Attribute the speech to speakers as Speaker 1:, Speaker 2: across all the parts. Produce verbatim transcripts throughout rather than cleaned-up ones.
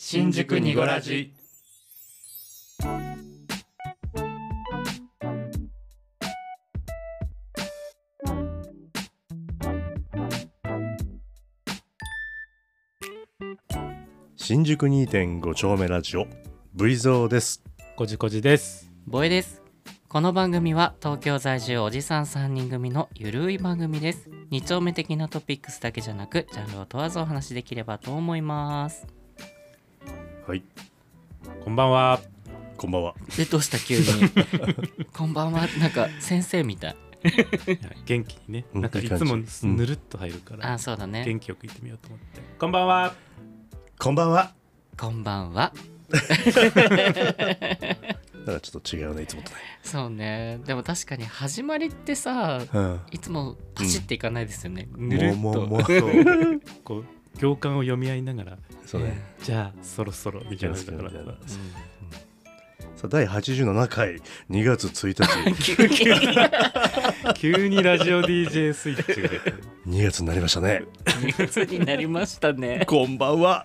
Speaker 1: 新宿にごラジ。
Speaker 2: 新宿 にてんご 丁目ラジオ V ゾーです。
Speaker 1: こじこじです。
Speaker 3: ボエです。この番組は東京在住おじさんさんにん組のゆるい番組です。に丁目的なトピックスだけじゃなくジャンルを問わずお話できればと思います。
Speaker 2: はい、
Speaker 1: こんばんは。
Speaker 2: こんばんは。
Speaker 3: でどうした急にこんばんは、なんか先生みたい。
Speaker 1: いや元気にね、なんかいつもぬるっと入るから、
Speaker 3: うん、あ、そうだね、
Speaker 1: 元気よく言ってみようと思って。こんばんは。
Speaker 2: こんばんは。
Speaker 3: こんばんは。
Speaker 2: なんかちょっと違うね、いつもとね。
Speaker 3: そうね。でも確かに始まりってさ、うん、いつもパシっていかないですよね、うん、ぬるっともうもうもう
Speaker 1: こう行間を読み合いながら、
Speaker 2: そうね、
Speaker 1: じゃあそろそろみたいなだから、うん、
Speaker 2: さあだいはちじゅうななかいにがつついたち
Speaker 3: 急に
Speaker 1: 急にラジオ ディージェー スイッチが出て
Speaker 2: にがつになりましたね。
Speaker 3: にがつになりましたね。
Speaker 2: こんばんは、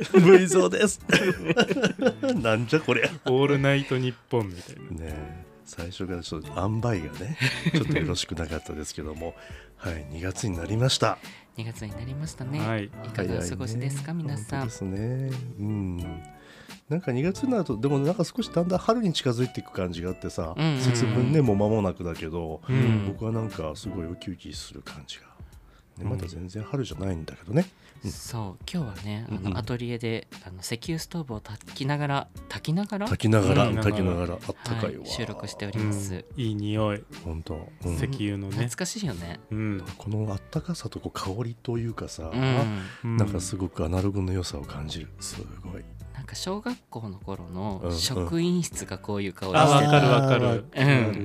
Speaker 2: V ゾーですなんじゃこりゃ、
Speaker 1: オールナイトニッポンみたいな
Speaker 2: ねえ、最初からちょっと塩梅がねちょっとよろしくなかったですけどもはい、にがつになりました。
Speaker 3: にがつになりましたね、
Speaker 1: はい、
Speaker 3: いかがお過ごしですか、ね、皆さん。
Speaker 2: 本当ですね、うん、なんかにがつになるとでもなんか少しだんだん春に近づいていく感じがあってさ、うんうん、節分ねもう間もなくだけど、うん、僕はなんかすごいウキウキする感じが、ね、まだ全然春じゃないんだけどね、
Speaker 3: うん、そう今日はね、あのアトリエであの石油ストーブを焚きながら焚きながら
Speaker 2: 焚きながら焚きながらあったかいわ、
Speaker 3: はい、収録しております、
Speaker 1: うん、いい匂い、
Speaker 2: 本当、
Speaker 1: うん、石油のね、
Speaker 3: 懐かしいよね、
Speaker 2: うん、このあったかさとこう香りというかさ、
Speaker 3: うん、
Speaker 2: なんかすごくアナログの良さを感じる。すごい
Speaker 3: なんか小学校の頃の職員室がこういう香りして
Speaker 1: た、うんうん、あ、わかるわかる、
Speaker 3: うん、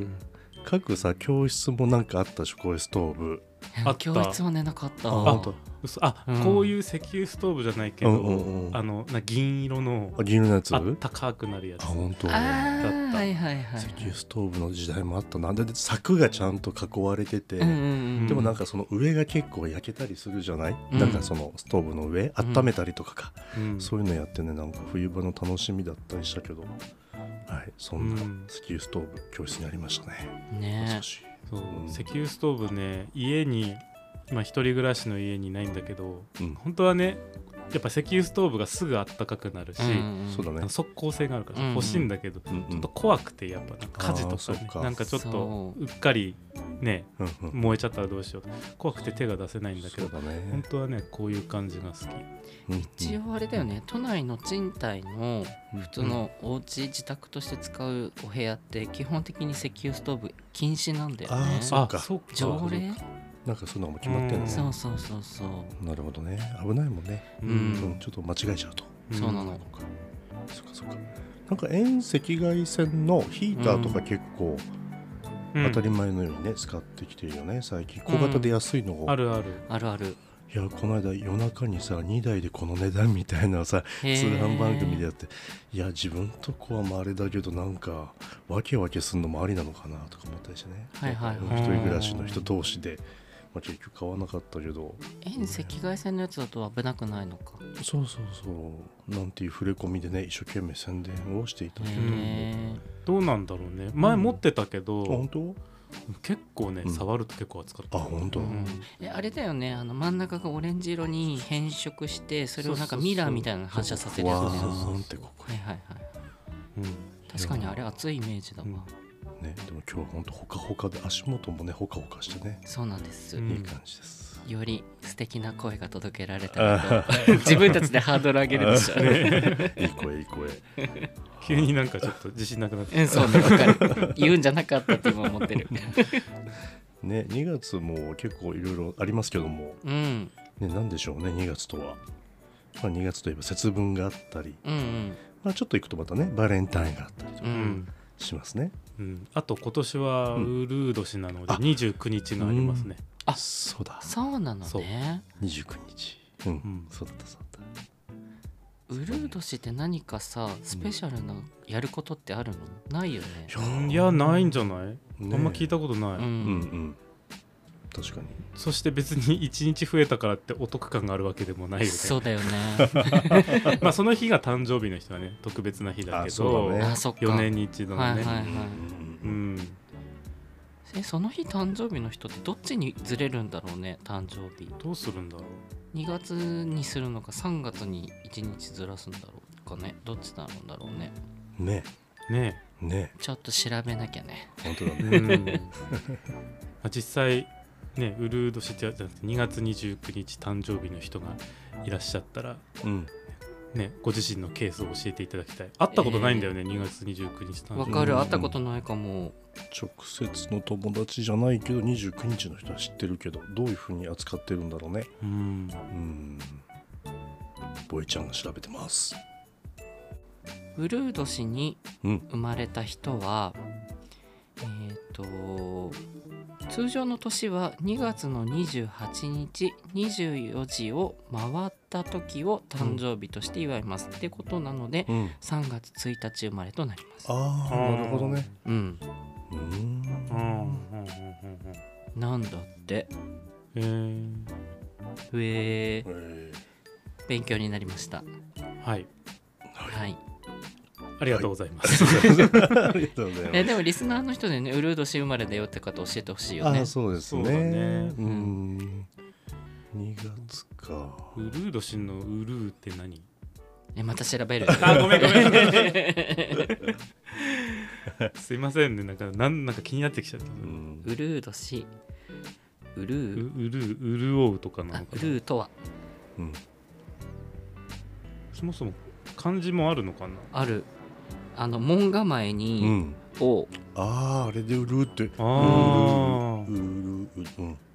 Speaker 2: 各さ教室もなんかあったし、こういうストーブ
Speaker 3: あった。教室はねなかった。
Speaker 1: ああ、うん、こういう石油ストーブじゃないけど、うんうんうん、あのな銀色の
Speaker 2: あ銀色のやつ、
Speaker 1: あったかくなるやつ。
Speaker 2: あ、本当。
Speaker 3: あ、はいはいはい。
Speaker 2: 石油ストーブの時代もあった。なんで柵がちゃんと囲われてて、うんうんうん、でもなんかその上が結構焼けたりするじゃない、うん、なんかそのストーブの上温めたりとかか、うん、そういうのやってね、なんか冬場の楽しみだったりしたけど、はい、そんな石油ストーブ教室にありましたね。
Speaker 3: ね、
Speaker 1: そう、うん、石油ストーブね、家に今一人暮らしの家にないんだけど、うん、本当はねやっぱ石油ストーブがすぐあったかくなるし、うんうん、即効性があるから欲しいんだけど、うんうん、ちょっと怖くて、やっぱなんか火事とかね、かなんかちょっとうっかりね、うんうん、燃えちゃったらどうしよう、怖くて手が出せないんだけど、ね、本当はねこういう感じが好き。
Speaker 3: 一応あれだよね、都内の賃貸の普通のお家、うん、自宅として使うお部屋って基本的に石油ストーブ禁止なんだよね。
Speaker 2: あ、そうか、
Speaker 3: 条例
Speaker 2: なんかそういうのも決まってるの、ね、
Speaker 3: そうそうそうそう。
Speaker 2: なるほどね、危ないもんね、うんうん、ちょっと間違えちゃうと、
Speaker 3: そうなの、
Speaker 2: そっかそっか。なんか遠赤外線のヒーターとか結構当たり前のようにね、うん、使ってきてるよね最近。小型で安いのを、うん、
Speaker 1: あるある
Speaker 3: あるある。
Speaker 2: いや、この間夜中にさにだいでこの値段みたいなさ通販番組でやって、いや自分とこはまああれだけど、なんかわけわけすんのもありなのかなとか思ったりしてね、
Speaker 3: はいはい、
Speaker 2: 一人暮らしの人同士で、まあ、結局買わなかったけど、
Speaker 3: 遠赤外線のやつだと危なくないのか。
Speaker 2: そうそうそうなんていう触れ込みでね、一生懸命宣伝をしていたけ
Speaker 1: ど、どうなんだろうね。前持ってたけど、うん、
Speaker 2: 本当
Speaker 1: 結構ね、うん、触ると結構熱かった。
Speaker 2: あ、本当、うん、
Speaker 3: えあれだよね、あの真ん中がオレンジ色に変色して、それをなんかミラーみたいなの反射させるやつね。はいはいはい、うん、確かにあれ熱いイメージだわ、うん
Speaker 2: ね、でも今日は本当ほかほかで、足元もねほかほかしてね。
Speaker 3: そうなんです、
Speaker 2: いい感じです。
Speaker 3: より素敵な声が届けられたらと自分たちでハードル上げるでしょ
Speaker 2: いい声いい声
Speaker 1: 急になんかちょっと自信なくなってきた。
Speaker 3: そうね、分かる言うんじゃなかったって今思ってる
Speaker 2: ね、にがつも結構いろいろありますけども、うんね、なんでしょうねにがつとは、まあ、にがつといえば節分があったり、うんうんまあ、ちょっと行くとまたねバレンタインがあったりとか、うんしますね、
Speaker 1: うん、あと今年はウルー年なのでにじゅうくにちがありますね、
Speaker 2: うん、あ、そうだ、
Speaker 3: そうなのね、
Speaker 2: にじゅうくにち、うん、うん、そうだったそうだった。
Speaker 3: ウルー年って何かさスペシャルなやることってあるの、うん、ないよね。
Speaker 1: いやないんじゃない、ね、あんま聞いたことない、うんうんうん、
Speaker 2: 確かに。
Speaker 1: そして別にいちにち増えたからってお得感があるわけでもないよね。
Speaker 3: そうだよね
Speaker 1: まあその日が誕生日の人はね特別な日だけど、
Speaker 2: ね、
Speaker 3: あそっか
Speaker 1: よねんに一度のね、はいはいはい、
Speaker 3: うん、えその日誕生日の人ってどっちにずれるんだろうね。誕生日
Speaker 1: どうするんだろう。
Speaker 3: にがつにするのかさんがつにいちにちずらすんだろうかね。どっちなんだろうね。
Speaker 2: ね
Speaker 1: ね
Speaker 2: ね
Speaker 3: ちょっと調べなきゃね。
Speaker 2: 本当だね、
Speaker 1: うん、実際ねウルー年じゃなくてにがつにじゅうくにち誕生日の人がいらっしゃったら、うんね、ご自身のケースを教えていただきたい。会ったことないんだよね、えー、にがつにじゅうくにち誕生日。
Speaker 3: わかる、会ったことないかも。
Speaker 2: 直接の友達じゃないけどにじゅうくにちの人は知ってるけどどういう風に扱ってるんだろうね。うんうんボイちゃんが調べてます。
Speaker 3: ウルー年に生まれた人は、うん、えっ、ー、と通常の年はにがつのにじゅうはちにちにじゅうよじを回った時を誕生日として祝います、うん、ってことなので、うん、さんがつついたち生まれとなります。
Speaker 2: ああなるほどね。うん
Speaker 3: うんうんなんだってへーへー勉強になりました。
Speaker 1: はい
Speaker 3: はい
Speaker 1: ありがとうございます。
Speaker 3: えでもリスナーの人でねウルー年生まれだよって方教えてほしいよね。
Speaker 2: あそうですね。そうだね、うん、にがつか。
Speaker 1: ウルー年のウルーって何？
Speaker 3: えまた調べる。
Speaker 1: あごめんごめん。すいませんねなんかなんなんか気になってきちゃった。うん、
Speaker 3: ウルー年ウルー
Speaker 1: ウルーウルオウとかなのかな。
Speaker 3: ウルーとは、
Speaker 1: うん、そもそも漢字もあるのかな。
Speaker 3: ある。あの門構えに、うん、お
Speaker 2: あああれでウルーって
Speaker 1: ああ
Speaker 2: ウルーウルーうん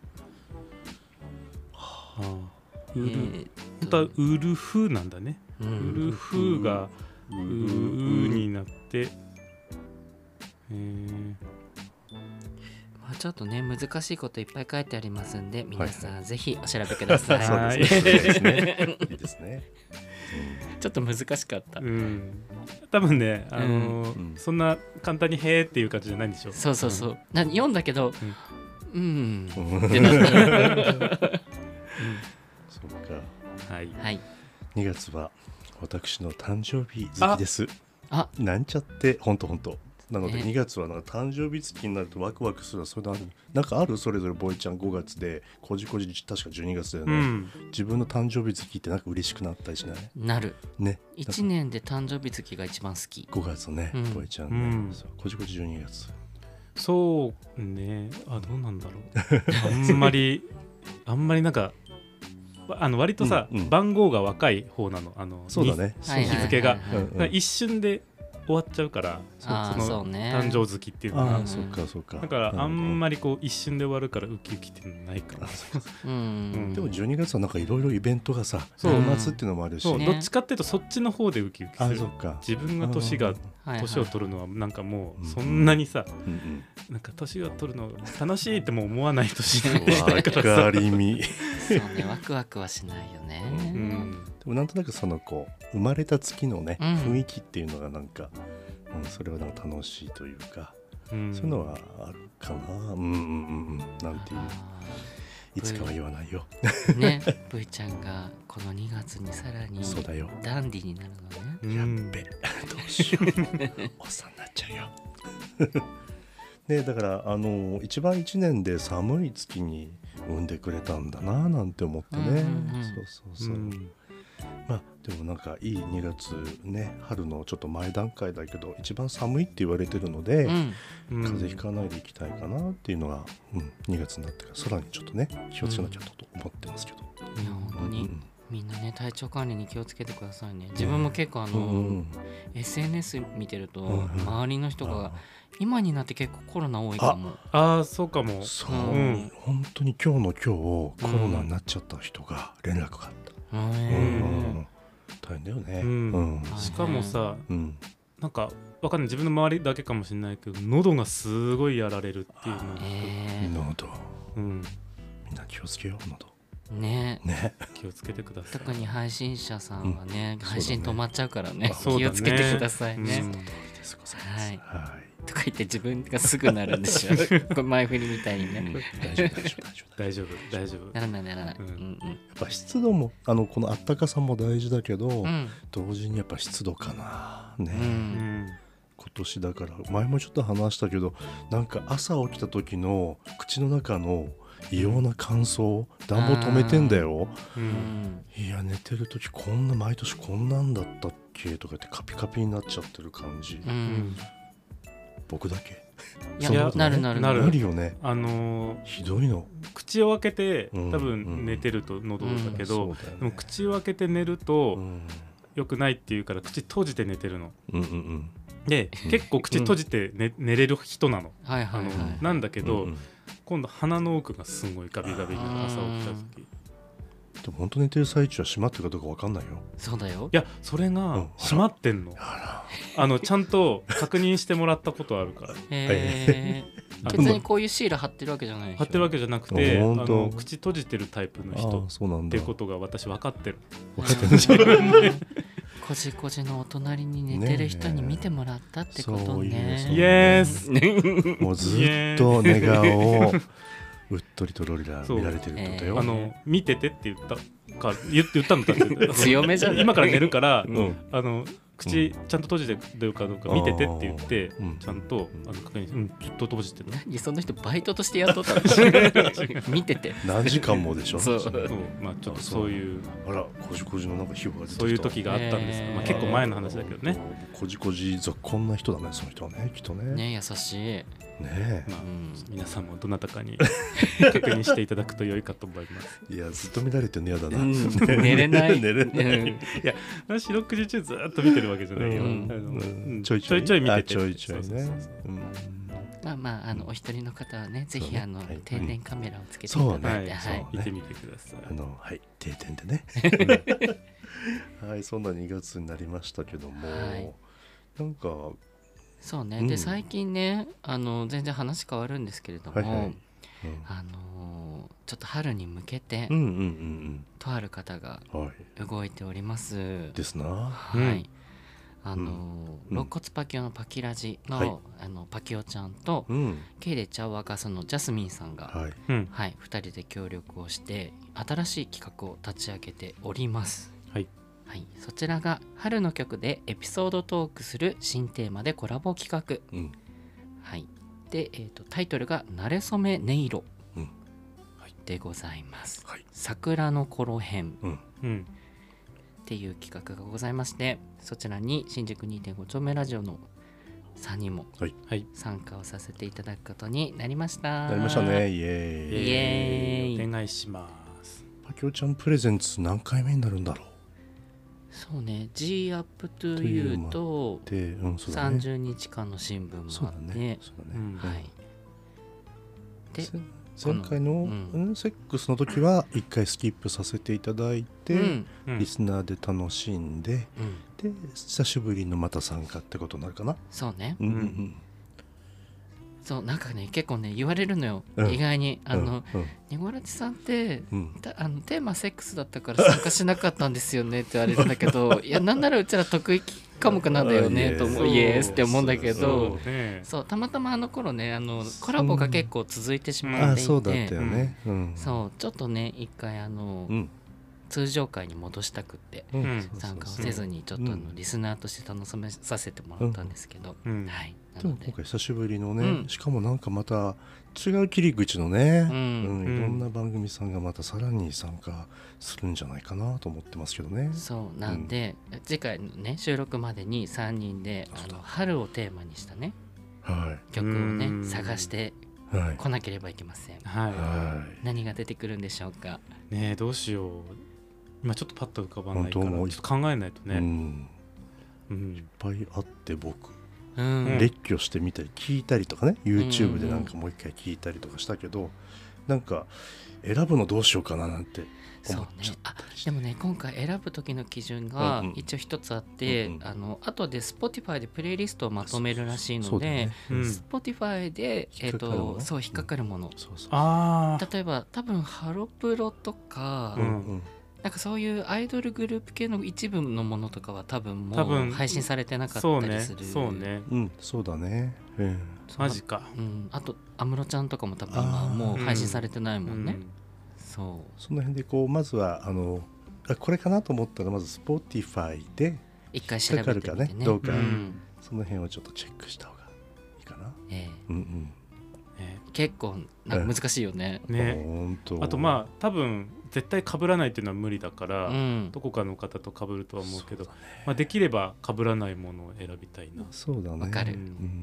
Speaker 1: はあウルー本当はウルフなんだね、うん、ウルフがウーになってえー
Speaker 3: まあ、ちょっとね難しいこといっぱい書いてありますんで皆さん、はい、ぜひお調べください。
Speaker 2: そうですね。いいですね。
Speaker 3: ちょっと難しかった、うん、
Speaker 1: 多分ね、あのーうん、そんな簡単にへーっていう感じじゃないんでしょ。
Speaker 3: そうそうそう、うん、な読んだけどうん、うん、ってなった、うん、そう
Speaker 2: か、はい、
Speaker 3: はい、
Speaker 2: にがつは私の誕生日月です。あなんちゃってほんとほんとなのでにがつはなんか誕生日月になるとワクワクする。それあるなんかあるそれぞれボイちゃんごがつでこじこじ確かじゅうにがつだよね、うん、自分の誕生日月ってなんか嬉しくなったりしない？
Speaker 3: なる
Speaker 2: ね。
Speaker 3: いちねんで誕生日月が一番好き。
Speaker 2: ごがつね、うん、ボイちゃんね、うん、そうこじこじじゅうにがつ。
Speaker 1: そうね。あどうなんだろうあんまりあんまりなんかあの割とさ、うんうん、番号が若い方なの。あの
Speaker 2: そうだね
Speaker 1: 日付が、一瞬で終わっちゃうからその誕生月っていうのが
Speaker 2: そうかそうか。
Speaker 1: だからあんまりこう一瞬で終わるからウキウキっていうのないかな。
Speaker 2: うん、でもじゅうにがつはなんかいろいろイベントがさ年末っていうのもあるし、
Speaker 1: ね、どっちかっていうとそっちの方でウキウキする。あそうか。自分が年が年を取るのはなんかもうそんなにさ、うんうん、なんか年を取るの楽しいっても思わない年
Speaker 2: だからさ。わかりみ。
Speaker 3: そうねワクワクはしないよね。うん、
Speaker 2: でもなんとなくそのこう生まれた月のね、うん、雰囲気っていうのがなんか、うん、それはなんか楽しいというか、うん、そういうのはあるかな。うんうんうんなんていういつかは言わないよ。
Speaker 3: ね、ブイちゃんがこのにがつにさらに
Speaker 2: そうだよ
Speaker 3: ダンディになるの
Speaker 2: ね。やっべどうしようおっさんになっちゃうよ。ねだからあの一番いちねんで寒い月に産んでくれたんだななんて思ってね、うんうんうん、そうそうそう、うん、まあでもなんかいいにがつね春のちょっと前段階だけど一番寒いって言われてるので、うん、風邪ひかないでいきたいかなっていうのが、うん、にがつになってからさらにちょっとね気をつけなきゃと思ってますけど、
Speaker 3: うん、いや本当に、うん、みんなね体調管理に気をつけてくださいね。自分も結構あの、うん、エスエヌエス 見てると、うん、周りの人が今になって結構コロナ多いかも。
Speaker 1: ああそうかも。
Speaker 2: そう、うん、本当に今日の今日コロナになっちゃった人が連絡があった、うんうん、大変だよね、うん
Speaker 1: うん、しかもさ、うん、なんかわかんない自分の周りだけかもしれないけど喉がすごいやられるっていうの、
Speaker 2: えー、喉、うん、みんな気をつけよう喉
Speaker 3: ね
Speaker 2: ね
Speaker 1: 気をつけてください。
Speaker 3: 特に配信者さんはね、うん、配信止まっちゃうからね、気をつけてくださいね。
Speaker 2: その通りですございます。はい、はい
Speaker 3: とか言って自分がすぐなるんでしょこれ前振りみたいにね
Speaker 2: 大丈夫大丈夫
Speaker 1: 大丈夫大丈夫
Speaker 3: ならないならない、うんうんうん、
Speaker 2: やっぱ湿度もあのこのあったかさも大事だけど、うん、同時にやっぱ湿度かなね、うん、今年だから前もちょっと話したけどなんか朝起きた時の口の中の異様な乾燥、暖房止めてんだよ、うん、いや寝てる時こんな毎年こんなんだったっけとかってカピカピになっちゃってる感じ、うん、僕だけ
Speaker 3: いや、ね、なるなる
Speaker 2: なるなるよね、
Speaker 1: あのー、
Speaker 2: ひどいの
Speaker 1: 口を開けて多分寝てると喉だけど、うんうんね、でも口を開けて寝ると良くないっていうから口閉じて寝てるの、うんうんうん、で、うん、結構口閉じて 寝,、うん、寝れる人なの、はいはいはい、あのなんだけど、うんうん、今度鼻の奥がすごいガビガビに朝起きた時
Speaker 2: でも本当寝てる最中は閉まってるかどうか分かんないよ。
Speaker 3: そうだよ。
Speaker 1: いやそれが閉まってんの、うん、あ, あのちゃんと確認してもらったことあるから
Speaker 3: へー別にこういうシール貼ってるわけじゃないでしょ。
Speaker 1: 貼ってるわけじゃなくてあの口閉じてるタイプの人っていうことが私分かってる
Speaker 2: 分かってる自分で
Speaker 3: こじこじのお隣に寝てる人に見てもらったってことね。
Speaker 1: イエス
Speaker 2: もうずっと寝顔をうっとりとロリラ見られてるってことよ、
Speaker 1: えー、あの見ててって言ったか言って言ったのだって
Speaker 3: 強めじゃん
Speaker 1: 今から寝るから、うん、あの口ちゃんと閉じてるかどうか見ててって言って、うん、ちゃんとあの確認して、うん、ずっと閉じてるの。
Speaker 3: その人バイトとしてやっとったの見てて
Speaker 2: 何時間もでしょ。
Speaker 1: そうそう、まあ、ちょっとそういう
Speaker 2: あらこじこじのなんか秘話が出てきた。
Speaker 1: そういう時があったんです、えーまあ、結構前の話だけどね。
Speaker 2: こじこじぞこんな人だねその人はねきっとね。
Speaker 3: ね優しい
Speaker 2: ね
Speaker 1: まあうん、皆さんもどなたかに確認していただくと良いかと思います。
Speaker 2: いやずっと見られてるの嫌だな、うん、
Speaker 3: 寝れない
Speaker 2: 寝れない、うん、
Speaker 1: いや四六時中ずっと見てるわけじゃないよ、うんうん、ちょいちょいちょい見てて
Speaker 2: ちょいちょいね。
Speaker 3: まあまああのお一人の方はねぜひあの、ね、定点カメラをつけていただいて、
Speaker 1: はいはい、見てみてください。
Speaker 2: あのはい定点でねはいそんなにがつになりましたけども、はい、なんか
Speaker 3: そうね、うん、で最近ねあの全然話変わるんですけれども、はいはいうん、あのちょっと春に向けて、うんうんうんうん、とある方が動いております、はい、
Speaker 2: ですな、
Speaker 3: はい、うん、あの、うん、肋骨パキオのパキラジ の,、はい、あのパキオちゃんと、うん、ケイレチャオワカスのジャスミンさんが、はいうんはい、ふたりで協力をして新しい企画を立ち上げております。はいはい、そちらが春の曲でエピソードトークする新テーマでコラボ企画、うんはい、で、えーと、タイトルがなれそめ音色、うんはい、でございます、はい、桜の頃編、うんうん、っていう企画がございまして、そちらに新宿 にてんご 丁目ラジオのさんにんも参加をさせていただくことになりました。
Speaker 2: なりましたね。イエーイ
Speaker 3: イエーイ
Speaker 1: お願いします。
Speaker 2: パキオちゃんプレゼンツ何回目になるんだろう。
Speaker 3: そうね G アップトゥユーとさんじゅうにちかんの新聞もあって、
Speaker 2: で前回の、うん、セックスの時はいっかいスキップさせていただいて、うんうん、リスナーで楽しんで、うん、で久しぶりのまた参加ってことになるかな。
Speaker 3: そうね、うんうん、そうなんかね結構ね言われるのよ、うん、意外にあの、うんうん、ニゴラチさんって、うん、あのテーマセックスだったから参加しなかったんですよねって言われるんだけどいやなんならうちら得意科目なんだよねと思うイエースって思うんだけど、そうね、そうたまたまあの頃ねあのコラボが結構続いてしまっていて、
Speaker 2: そうだったよね、うん、
Speaker 3: そうちょっとね一回あの、うん、通常回に戻したくって、うん、参加をせずにちょっとあのリスナーとして楽しめさせてもらったんですけど、うんはい、
Speaker 2: でも今回久しぶりのね、うん、しかもなんかまた違う切り口のね、うんうん、いろんな番組さんがまたさらに参加するんじゃないかなと思ってますけどね。
Speaker 3: そうなんで、うん、次回のね収録までにさんにんであの春をテーマにしたね、はい、曲をね探して来なければいけません、はいはい、何が出てくるんでしょうか
Speaker 1: ね。えどうしよう今ちょっとパッと浮かばないからちょっと考えないとね、うん
Speaker 2: うん、いっぱいあって僕うん、列挙してみたり聞いたりとかね YouTube でなんかもう一回聞いたりとかしたけど、うんうん、なんか選ぶのどうしようかななんて思っちゃったりして、
Speaker 3: そうね、あでもね今回選ぶ時の基準が一応一つあって、うんうん、あの後で Spotify でプレイリストをまとめるらしいので、ねうん、Spotify で、えー、とそう引っかかるもの、うん、そうそうあ例えば多分ハロプロとか、うんうんなんかそういうアイドルグループ系の一部のものとかは多分もう配信されてなかったりする。
Speaker 1: そうね、そうね、
Speaker 2: うん、そうだね、えー、
Speaker 1: マジか、
Speaker 3: うん、あと安室ちゃんとかも多分今もう配信されてないもんね、うん、そう
Speaker 2: その辺でこうまずはあのこれかなと思ったらまず Spotify で
Speaker 3: 一回調べてみてね、
Speaker 2: ね、どうか、うん、その辺をちょっとチェックした方がいいかな、
Speaker 3: ええ
Speaker 2: うんうん
Speaker 3: ええ、結構なんか難しいよね、
Speaker 1: ね、あとまあ多分絶対被らないっていうのは無理だから、うん、どこかの方と被るとは思うけど、ね、まあ、できれば被らないものを選びたいな。
Speaker 2: そうだね、
Speaker 3: わかる、
Speaker 2: うん、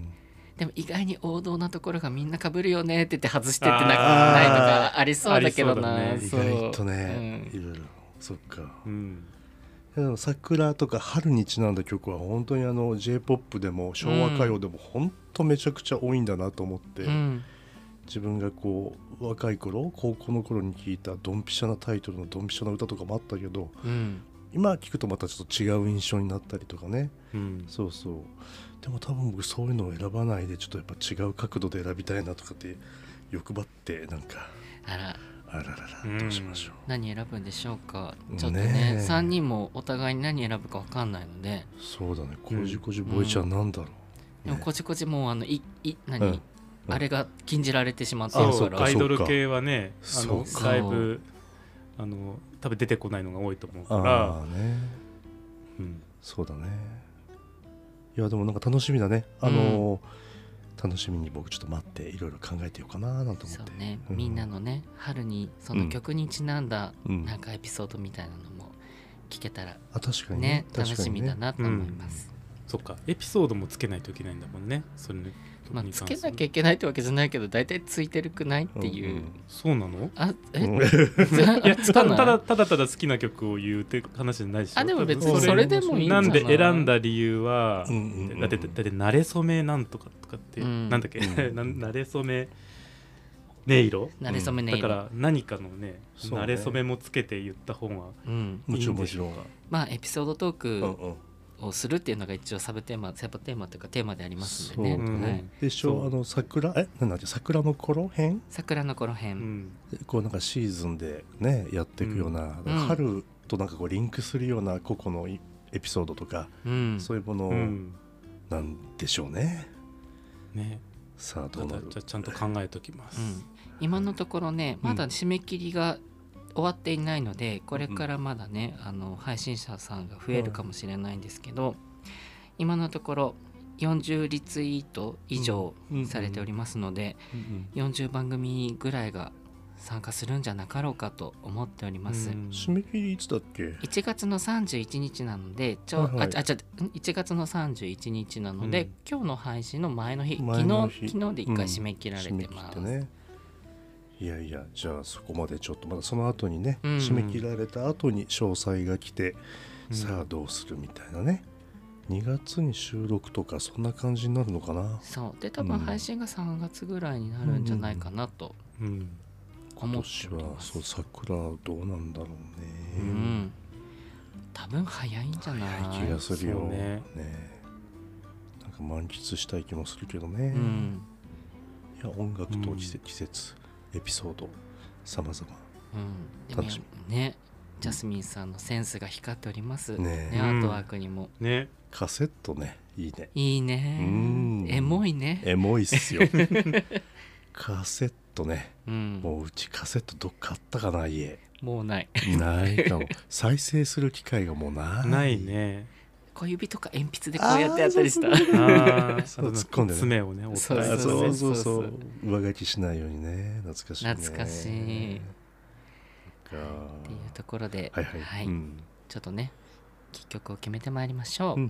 Speaker 3: でも意外に王道なところがみんな被るよねって言って外してってなんかないとかありそうだけどな、
Speaker 2: ね、意外とね、うん、いろいろそっか、うん、桜とか春にちなんだ曲は本当にあの J-ポップ でも昭和歌謡でも本当めちゃくちゃ多いんだなと思って、うん、自分がこう若い頃高校の頃に聴いたドンピシャなタイトルのドンピシャな歌とかもあったけど、うん、今聴くとまたちょっと違う印象になったりとかね、うん、そうそうでも多分僕そういうのを選ばないでちょっとやっぱ違う角度で選びたいなとかって欲張ってなんか
Speaker 3: あら
Speaker 2: あらららどうしましょう、
Speaker 3: うん、何選ぶんでしょうか。ちょっとねねさんにんもお互いに何選ぶか分かんないので。
Speaker 2: そうだね、こじこじボイちゃんなんだろう、
Speaker 3: うん、でもこじこじもうあのいい何、うん、あれが禁じられてしまって
Speaker 1: るから、アイドル系はねあのだいぶあの多分出てこないのが多いと思うから、
Speaker 2: あね、うん、そうだね。いやでもなんか楽しみだね、あのーうん、楽しみに僕ちょっと待っていろいろ考えてようかななんて思って。
Speaker 3: そうね、うん、みんなのね春にその曲にちなんだなんかエピソードみたいなのも聞けたら、ね、
Speaker 2: あ確かに
Speaker 3: ね楽しみだなと思います、
Speaker 1: うん、そっかエピソードもつけないといけないんだもんね。それ
Speaker 3: まあ、つけなきゃいけないってわけじゃないけど大体ついてるくないっていう、うんうん、
Speaker 1: そうなの？
Speaker 3: あえ
Speaker 1: いやただただただただ好きな曲を言うって話じゃないでしょ。
Speaker 3: あでも別にそれでもいいんじゃない。
Speaker 1: なんで選んだ理由は、うんうんうん、だってだって慣れ初めなんとかとかって、うん、なんだっけ、うん、慣れ初め音色
Speaker 3: 慣れ初め音色、
Speaker 1: だから何かのね慣れ初めもつけて言った方がいいんでしょうか、うん、もちろん
Speaker 3: まあエピソードトーク、うんうんをするっていうのが一応サブテーマサブテーマというかテーマでありますんでね。そうね、はい、
Speaker 2: でしょあの桜えなんだっけ桜の頃編
Speaker 3: 桜の頃編、うん、
Speaker 2: こうなんかシーズンでねやっていくような、うん、春となんかこうリンクするような個々のエピソードとか、うん、そういうものなんでしょうね。
Speaker 1: ね
Speaker 2: さあどうなる。
Speaker 1: じゃあちゃんと考えときます、うん、
Speaker 3: 今のところねまだ締め切りが終わっていないのでこれからまだね、うん、あの配信者さんが増えるかもしれないんですけど、うん、今のところよんじゅうリツイート以上されておりますので、うんうん、よんじゅうばん組ぐらいが参加するんじゃなかろうかと思っております、うん、
Speaker 2: 締め切りいつだっけ？
Speaker 3: いちがつのさんじゅういちにちなのでちょ、はいはい、ああちょいちがつのさんじゅういちにちなので、うん、今日の配信の前の日昨日昨日でいっかい締め切られてます、うんね、
Speaker 2: いやいやじゃあそこまでちょっとまだその後にね、うん、締め切られた後に詳細が来て、うん、さあどうするみたいなね、にがつに収録とかそんな感じになるのかな。
Speaker 3: そうで多分配信がさんがつぐらいになるんじゃないかなと思っております、
Speaker 2: 今年はそう桜どうなんだろうね、うん、
Speaker 3: 多分早いんじゃない？
Speaker 2: 早い気がするよね。なんか満喫したい気もするけどね、うん、いや音楽と季節、うん、季節エピソードさまざま楽しみ
Speaker 3: ね。ジャスミンさんのセンスが光っております ね, ねアートワークにも、
Speaker 1: うん、ね
Speaker 2: カセットねいいね
Speaker 3: いいねうんエモいね
Speaker 2: エモいっすよカセットね、うん、もううちカセットどっかあったかな家
Speaker 3: もうない
Speaker 2: ないかも再生する機会がもうない
Speaker 1: ないね。
Speaker 3: 小指とか鉛筆でこうやってやったりした。
Speaker 2: ああそう突っ込んでね
Speaker 1: 爪をね折った
Speaker 2: りそうそうそうそう上書きしないようにね懐かしいね
Speaker 3: 懐かしいっていうところで、はいはいはいうん、ちょっとね曲を決めてまいりましょうはい、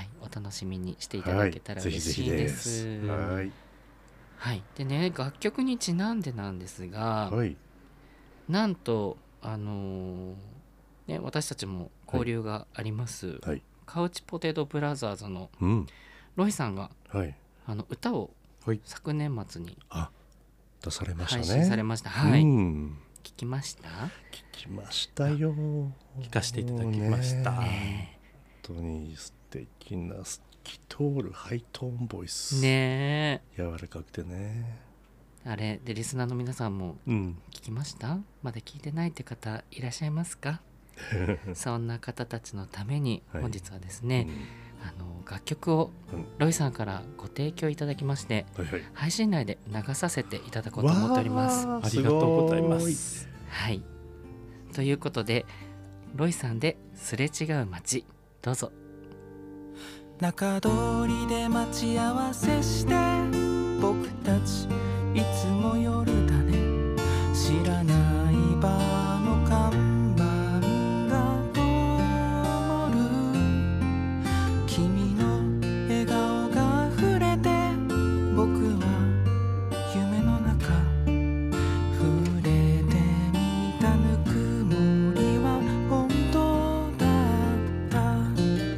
Speaker 3: お楽しみにしていただけたら嬉しいです、はい、ぜひぜひですはい、はい、でね楽曲にちなんでなんですが、はい、なんとあのーね、私たちも交流があります、はい、カウチポテトブラザーズのロイさんが、はい、あの歌を昨年末に
Speaker 2: 出されましたね。
Speaker 3: 配信されました、はい、うん聞きました？
Speaker 2: 聞きましたよ。
Speaker 1: 聞かせていただきました、
Speaker 2: ね、本当に素敵な透き通るハイトーンボイス
Speaker 3: ね、
Speaker 2: 柔らかくてね
Speaker 3: あれでリスナーの皆さんも聞きました、うん、まだ聞いてないって方いらっしゃいますかそんな方たちのために本日はですね、はい、うん、あの楽曲をロイさんからご提供いただきまして、うん、配信内で流させていただこうと思っております。
Speaker 1: ありがとうございます。
Speaker 3: はい、ということでロイさんですれ違う街、どうぞ。
Speaker 4: 中通りで待ち合わせして僕たちいつも夜だね、知らないバーの看板が灯る、君の笑顔が溢れて僕は夢の中、触れてみたぬくもりは本当だった、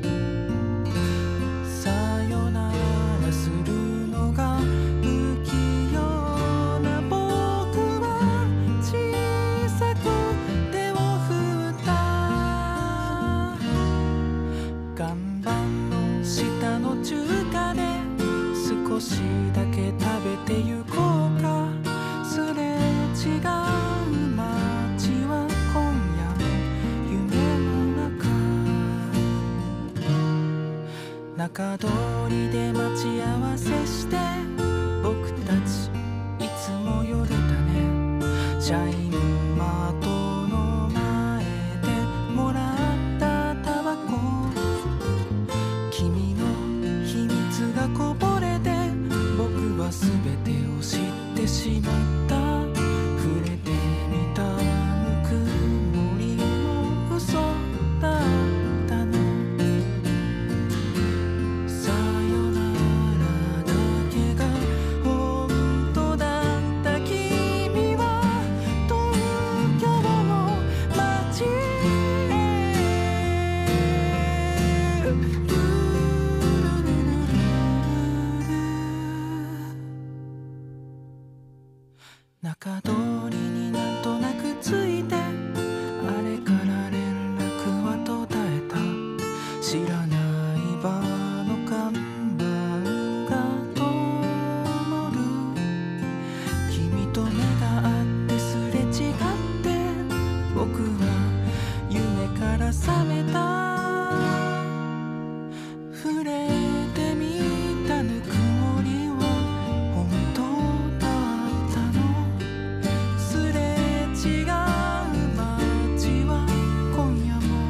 Speaker 4: さよならするのが不器用な僕は小さく手を振った、岩盤の下の中華で少しだけ食べてゆこうか、すれ違う街は今夜も夢の中、中通りで待ち合わせして僕たちいつも夜だね、シャインマートの前でもらったタバコ、君の秘密がこぼれて僕は全てを知ってしまった、触れてみたぬくもりも嘘だったの、さよならだけが本当だった、君は東京の街へ、ルルルルル中通りになんとなくついて、あれから連絡は途絶えた、知らないバーの看板が灯る、君と目が合ってすれ違って僕は夢から覚めた、触れてみたぬくもりは本当だったの、すれ違う街は今夜も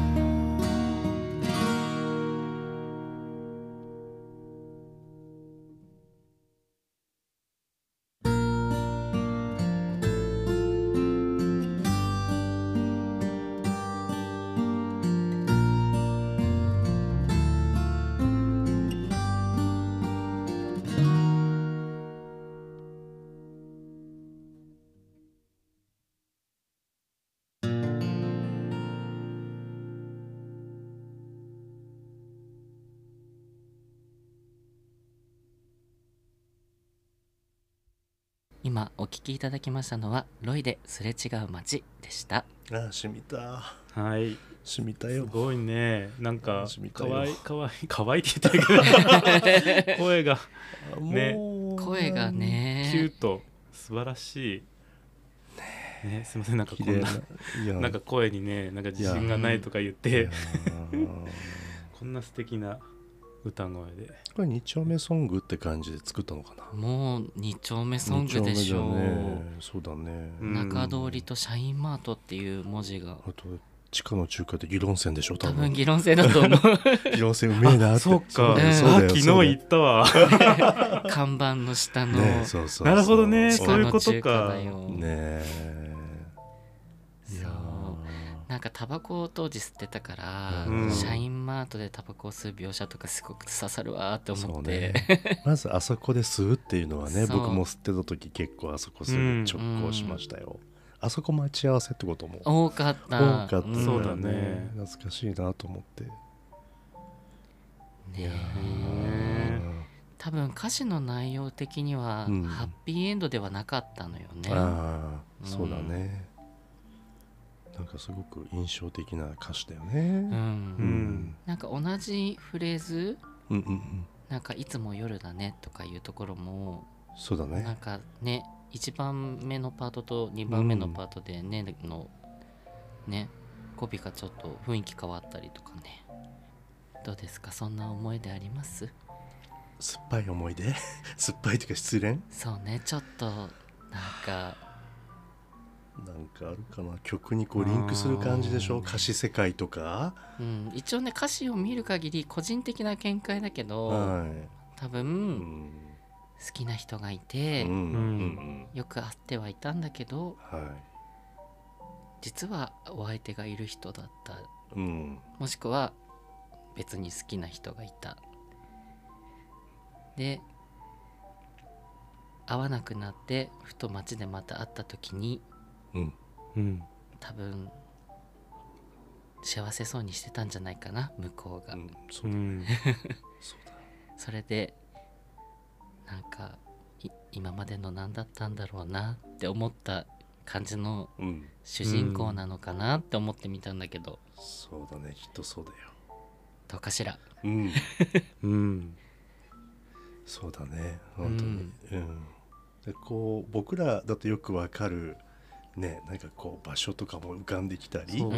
Speaker 3: 今お聞きいただきましたのはロイですれ違う街でした。
Speaker 2: ああ、しみた。
Speaker 1: はい、
Speaker 2: しみたよ。
Speaker 1: すごいね、なんかかわいかわいかわいって言ってるけど声がね、
Speaker 3: 声がね
Speaker 1: キュート、素晴らしいね。すいません、なんかこんななんか声にね、なんか自信がないとか言ってこんな素敵な歌声で、
Speaker 2: これに丁目ソングって感じで作ったのかな。
Speaker 3: もうに丁目ソングでしょう。
Speaker 2: ね、そうだね、
Speaker 3: うん、中通りとシャインマートっていう文字が、
Speaker 2: あと地下の中華で議論線でしょ、多分。
Speaker 3: 多分議論線だと思う
Speaker 2: 議論線うめえなって。
Speaker 1: そうか、うん、あ、昨日行ったわ
Speaker 3: 看板の下の、
Speaker 2: ね、そうそうそう、
Speaker 1: なるほどね、そういうことか
Speaker 2: ねえ。
Speaker 3: なんかタバコを当時吸ってたから、うん、シャインマートでタバコを吸う描写とかすごく刺さるわって思って、
Speaker 2: ね、まずあそこで吸うっていうのはね、僕も吸ってた時結構あそこすぐ直行しましたよ、うん、あそこ待ち合わせってことも
Speaker 3: 多かった。
Speaker 2: 多かった、うん、
Speaker 1: そうだね、
Speaker 2: 懐かしいなと思ってね。
Speaker 3: え、多分歌詞の内容的には、うん、ハッピーエンドではなかったのよね。
Speaker 2: ああ、そうだね、うん、なんかすごく印象的な歌詞だよね、うんうん、
Speaker 3: なんか同じフレーズ、
Speaker 2: うんうんうん、
Speaker 3: なんかいつも夜だねとかいうところも
Speaker 2: そうだね、
Speaker 3: なんかね、 いちばんめのパートとにばんめのパートでね、うん、のね語尾がちょっと雰囲気変わったりとかね。どうですか、そんな思い出あります？
Speaker 2: 酸っぱい思い出酸っぱいというか失恋。
Speaker 3: そうね、ちょっとなんか
Speaker 2: なんかあるかな、曲にこうリンクする感じでしょ、歌詞世界とか、
Speaker 3: うん、一応ね歌詞を見る限り個人的な見解だけど、はい、多分、うん、好きな人がいて、うんうん、よく会ってはいたんだけど、はい、実はお相手がいる人だった、うん、もしくは別に好きな人がいた。で会わなくなってふと街でまた会った時に、うんうん、多分幸せそうにしてたんじゃないかな向こうが、うん、そうだねそうだそれでなんか今までの何だったんだろうなって思った感じの主人公なのかなって思ってみたんだけど、
Speaker 2: うん、そうだね、きっとそうだよ。
Speaker 3: どうかしら。
Speaker 2: うん、うん、そうだね本当に、うん、うん、でこう僕らだとよくわかるね、なんかこう場所とかも浮かんできたり、うんうん、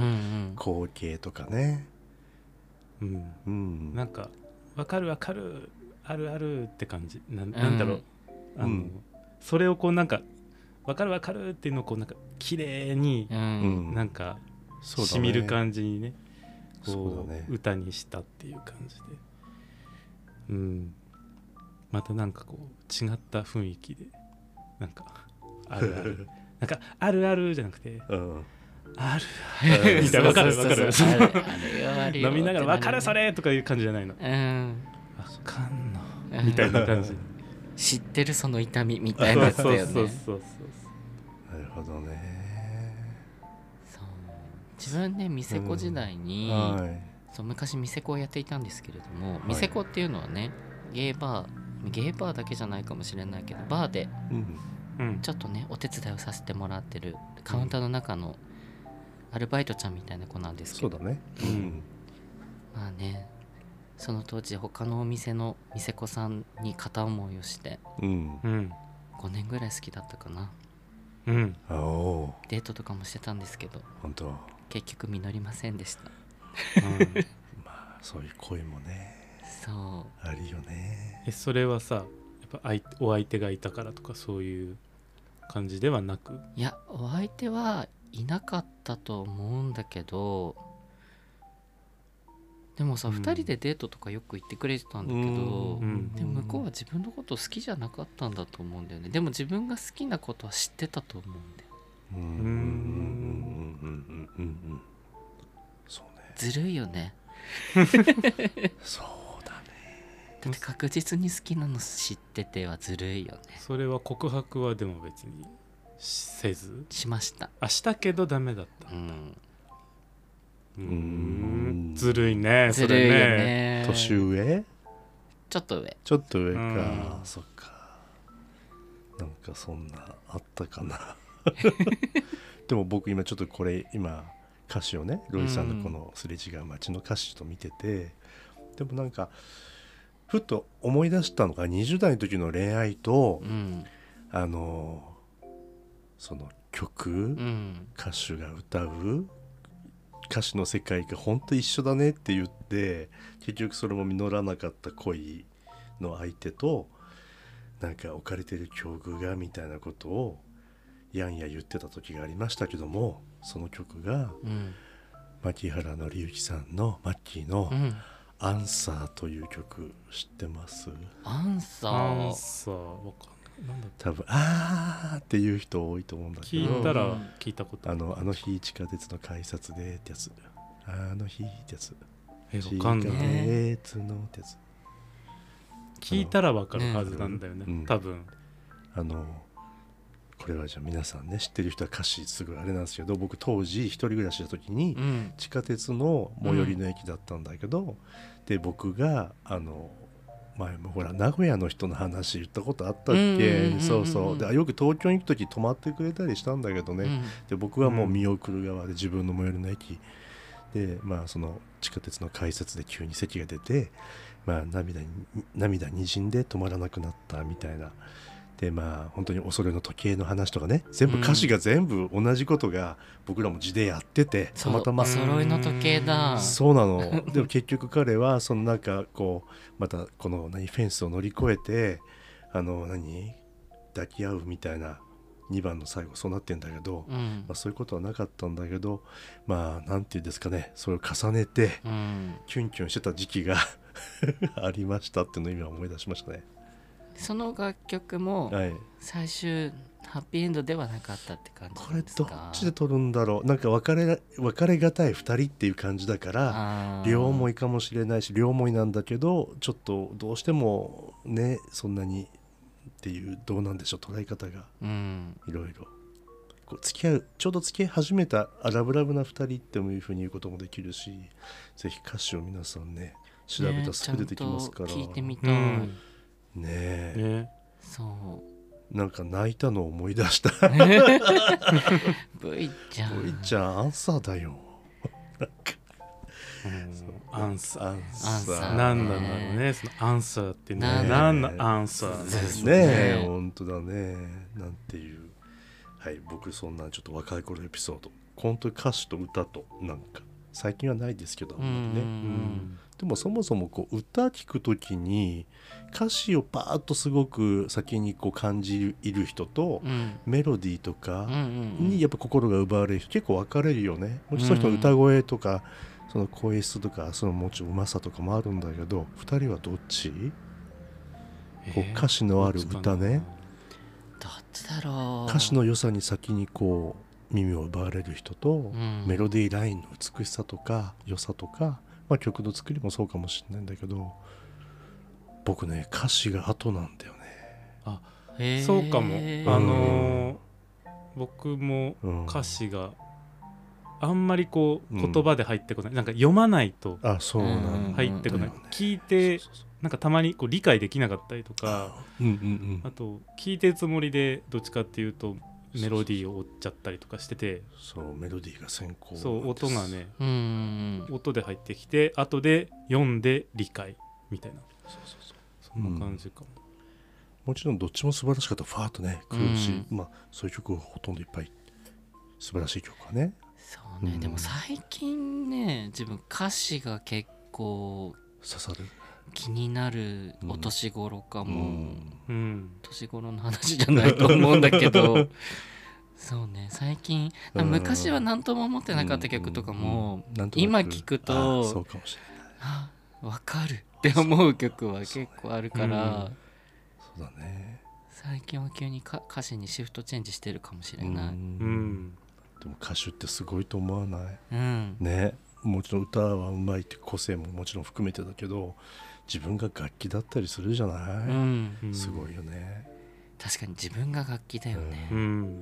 Speaker 2: 光景とかね、
Speaker 1: うんうん、なんかわかるわかるあるあるって感じ な, なんだろう、うん、あの、うん、それをこうなんかわかるわかるっていうのをこうなんか綺麗に、うん、なんかしみる感じにね、こうそうだね、歌にしたっていう感じで、うん、またなんかこう違った雰囲気でなんかあるあるなんかあるあるじゃなくて、うん、あるあるみたいな、わかるわかる飲みながらわかるそれとかいう感じじゃないの、うん、わかんのみたいな感じ
Speaker 3: 知ってるその痛みみたいなやつだよね。そうそうそうそう、
Speaker 2: なるほどね。
Speaker 3: そう自分ね店子時代に、うんはい、そう昔店子をやっていたんですけれども、はい、店子っていうのはねゲーバーゲーバーだけじゃないかもしれないけどバーで、うんうん、ちょっとねお手伝いをさせてもらってるカウンターの中のアルバイトちゃんみたいな子なんですけど、
Speaker 2: そうだね、うん、
Speaker 3: まあねその当時他のお店の店子さんに片思いをして、うん、ごねんぐらい好きだったかな、うん、デートとかもしてたんですけど
Speaker 2: 本当
Speaker 3: 結局実りませんでした、
Speaker 2: うん、まあそういう恋もねそうあるよね。
Speaker 1: えそれはさやっぱお相手がいたからとかそういう感じではなく？
Speaker 3: いやお相手はいなかったと思うんだけど、でもさ、うん、ふたりでデートとかよく行ってくれてたんだけど、うん、でも向こうは自分のこと好きじゃなかったんだと思うんだよね。でも自分が好きなことは知ってたと思うんだよ。うーんうんうんうんうんそうね。ずるいよね
Speaker 2: そう
Speaker 3: だって確実に好きなの知っててはずるいよね。
Speaker 1: それは告白はでも別にせず
Speaker 3: しました。
Speaker 1: あしたけどダメだった、うん、うーんずるいねそれね。ずるいよね。
Speaker 2: 年上
Speaker 3: ちょっと上
Speaker 2: ちょっと上か、うん、そっかなんかそんなあったかなでも僕今ちょっとこれ今歌詞をねロイさんのこのすれ違う街の歌詞と見てて、うん、でもなんかふっと思い出したのがにじゅう代の時の恋愛と、うん、あのその曲、うん、歌手が歌う歌詞の世界が本当一緒だねって言って結局それも実らなかった恋の相手となんか置かれてる境遇がみたいなことをやんや言ってた時がありましたけども、その曲が、うん、牧原紀之さんのマッキーの、うんアンサーという曲知ってます？
Speaker 3: アンサー
Speaker 1: アンサーわかんない。なんだ
Speaker 2: 多分あーっていう人多いと思うんだけど、
Speaker 1: 聞いたら聞いたこと
Speaker 2: ある。あのあの日地下鉄の改札でってやつ、あの日ってやつ、
Speaker 1: えわかんない。
Speaker 2: 地下鉄のってやつ
Speaker 1: 聞いたらわかるはずなんだよね、うん、多分
Speaker 2: あのこれはじゃあ皆さんね知ってる人は歌詞すぐあれなんですけど、僕当時一人暮らしした時に地下鉄の最寄りの駅だったんだけど、うん、で僕があの前もほら名古屋の人の話言ったことあったっけ、そうそうでよく東京に行く時泊まってくれたりしたんだけどね、うん、で僕はもう見送る側で自分の最寄りの駅で、まあその地下鉄の改札で急に席が出て、まあ涙に涙にじんで止まらなくなったみたいなでまあ本当にお揃いの時計の話とかね、全部歌詞が全部同じことが僕らも字でやってて、たまたま
Speaker 3: お揃いの時計だ。
Speaker 2: そうなの。でも結局彼はそのなんかこうまたこの何フェンスを乗り越えてあの何抱き合うみたいなにばんの最後そうなってんだけど、
Speaker 3: うん
Speaker 2: まあ、そういうことはなかったんだけど、まあなんていうんですかね、それを重ねて、うん、キュンキュンしてた時期がありましたっていうのを今思い出しましたね。
Speaker 3: その楽曲も最終ハッピーエンドではなかったって感じですか？
Speaker 2: これどっちで撮るんだろう。なんか別れ別れがたいふたりっていう感じだから両思いかもしれないし、両思いなんだけどちょっとどうしてもねそんなにっていうどうなんでしょう、捉え方がいろいろこう付き合うちょうど付き合い始めたラブラブなふたりっていうふうに言うこともできるし、ぜひ歌詞を皆さんね調べたらすぐ出てきますから、
Speaker 3: ね、ちゃんと聞いてみたい、うん
Speaker 2: ねえ、
Speaker 3: ね、そう
Speaker 2: なんか泣いたのを思い出した
Speaker 3: ブイちゃん
Speaker 2: ブイちゃんアンサーだよなんか、
Speaker 1: うん、アンサー
Speaker 3: アンサー
Speaker 1: なんなんだろうね、そのアンサーってね、なんのアンサーです
Speaker 2: ねえ、本当だね、なんていう、はい、僕そんなちょっと若い頃エピソード本当に歌詞と歌となんか最近はないですけどあんまりね、うん、でもそもそもこう歌聴くときに歌詞をパーッとすごく先にこう感じる人と、うん、メロディーとかにやっぱ心が奪われる人結構分かれるよね。もちろんその人の歌声とか、うん、その声質とかそのもちろんうまさとかもあるんだけど、ふたりはどっち？こう歌詞のある歌ね、
Speaker 3: どっちだろう。
Speaker 2: 歌詞の良さに先にこう耳を奪われる人と、うん、メロディーラインの美しさとか良さとか、まあ、曲の作りもそうかもしれないんだけど、僕ね歌詞が後なんだよね。
Speaker 1: あ、そうかも。あのー、僕も歌詞があんまりこう言葉で入ってこない、うん、なんか読まないと入ってこない、聞いてなんかたまにこう理解できなかったりとか、うんうんうん、あと聞いてるつもりでどっちかっていうとメロディーを追っちゃったりとかしてて、
Speaker 2: そうメロディーが先行、
Speaker 1: そう音がね、うん、音で入ってきて後で読んで理解みたいな、そうそうそう、そんな感じかも、
Speaker 2: うん、もちろんどっちも素晴らしかった。ファーッとね来るし、うん、まあそういう曲ほとんどいっぱい素晴らしい曲はね。
Speaker 3: そうね、うん、でも最近ね自分歌詞が結構
Speaker 2: 刺さる
Speaker 3: 気になるお年頃かも、うんうん、年頃の話じゃないと思うんだけどそうね最近昔は何とも思ってなかった曲とかも、うんうん、今聞くと
Speaker 2: そうかもしれない、
Speaker 3: あ、分かるって思う曲は結構あるから、
Speaker 2: そうだね、
Speaker 3: 最近は急にか歌詞にシフトチェンジしてるかもしれない、うん
Speaker 2: うんでも歌手ってすごいと思わない、
Speaker 3: うん、
Speaker 2: ね、もちろん歌はうまいって個性ももちろん含めてだけど自分が楽器だったりするじゃない、うん、すごいよね。
Speaker 3: 確かに自分が楽器だよね、
Speaker 2: うん、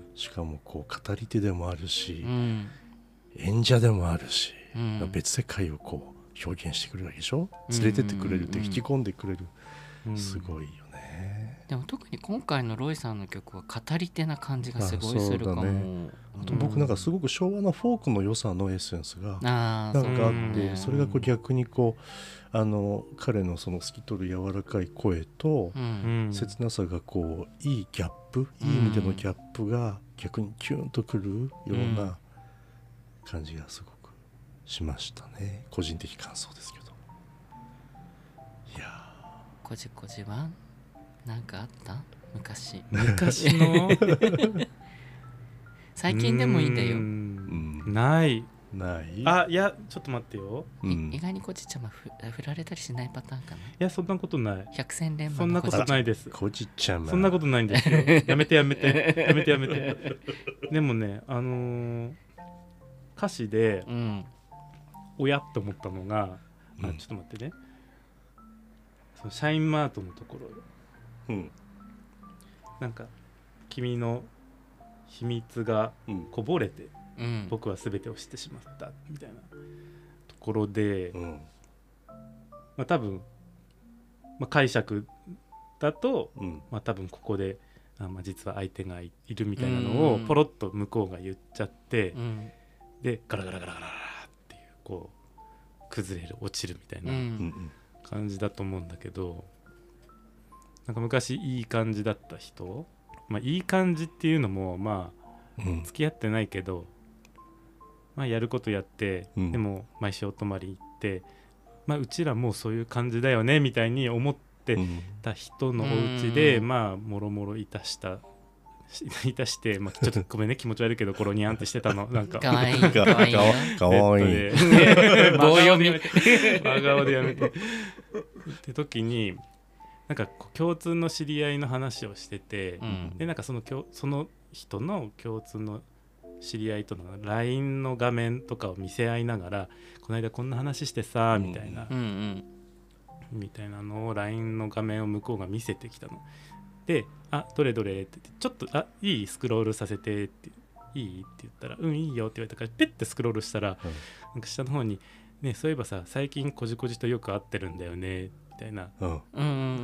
Speaker 2: しかもこう語り手でもあるし、うん、演者でもあるし、うん、別世界をこう表現してくれるわけでしょ、連れてってくれるって引き込んでくれる、うん、すごいよね。
Speaker 3: でも特に今回のロイさんの曲は語り手な感じがすごいするかも。あ、ね、
Speaker 2: あと僕なんかすごく昭和のフォークの良さのエッセンスがなんかあって、それがこう逆にこうあの彼のその透き通る柔らかい声と切なさがこういいギャップ、いい意味でのギャップが逆にキュンとくるような感じがすごくしましたね。個人的感想ですけど。いや
Speaker 3: こじこじはなんかあった昔
Speaker 1: 昔の
Speaker 3: 最近でもいいんだよ。
Speaker 1: ない
Speaker 2: ない。
Speaker 1: あ、いやちょっと待ってよ、
Speaker 3: うん、意外にこじちゃまふ振られたりしないパターンかな。い
Speaker 1: やそんなことない。
Speaker 3: 百戦錬磨
Speaker 1: そんなことないです。
Speaker 2: こじちゃま
Speaker 1: そんなことないんですよやめてやめてやめてやめてでもねあのー、歌詞で、うん、おやって思ったのが、うん、あちょっと待ってね、そのシャインマートのところ、うん、なんか君の秘密がこぼれて、うん、僕は全てを知ってしまったみたいなところで、うんまあ、多分、まあ、解釈だと、うんまあ、多分ここであ、まあ、実は相手が い, いるみたいなのをポロッと向こうが言っちゃって、うん、でガラガラガラガラっていうこう崩れる落ちるみたいな感じだと思うんだけど、 なんか昔いい感じだった人、まあいい感じっていうのもまあ付き合ってないけど、うん、まあやることやって、うん、でも毎週お泊まり行って、まあうちらもうそういう感じだよねみたいに思ってた人のお家で、うん、まあもろもろいたしたいたして、まあ、ちょっとごめんね気持ち悪いけどコロニャンってしてたのなんか
Speaker 3: かわいいかわいい
Speaker 2: かわいい
Speaker 3: 棒読み
Speaker 1: 真顔でやめてって時になんか共通の知り合いの話をしてて、うん、でなんかそのその人の共通の知り合いとの ライン の画面とかを見せ合いながらこの間こんな話してさみたいな、うんうんうん、みたいなのを ライン の画面を向こうが見せてきたので、あどれどれって言ってちょっとあいいスクロールさせてっていいって言ったらうんいいよって言われたからペッてスクロールしたら、うん、なんか下の方にねそういえばさ最近こじこじとよく会ってるんだよねみたいな、うん、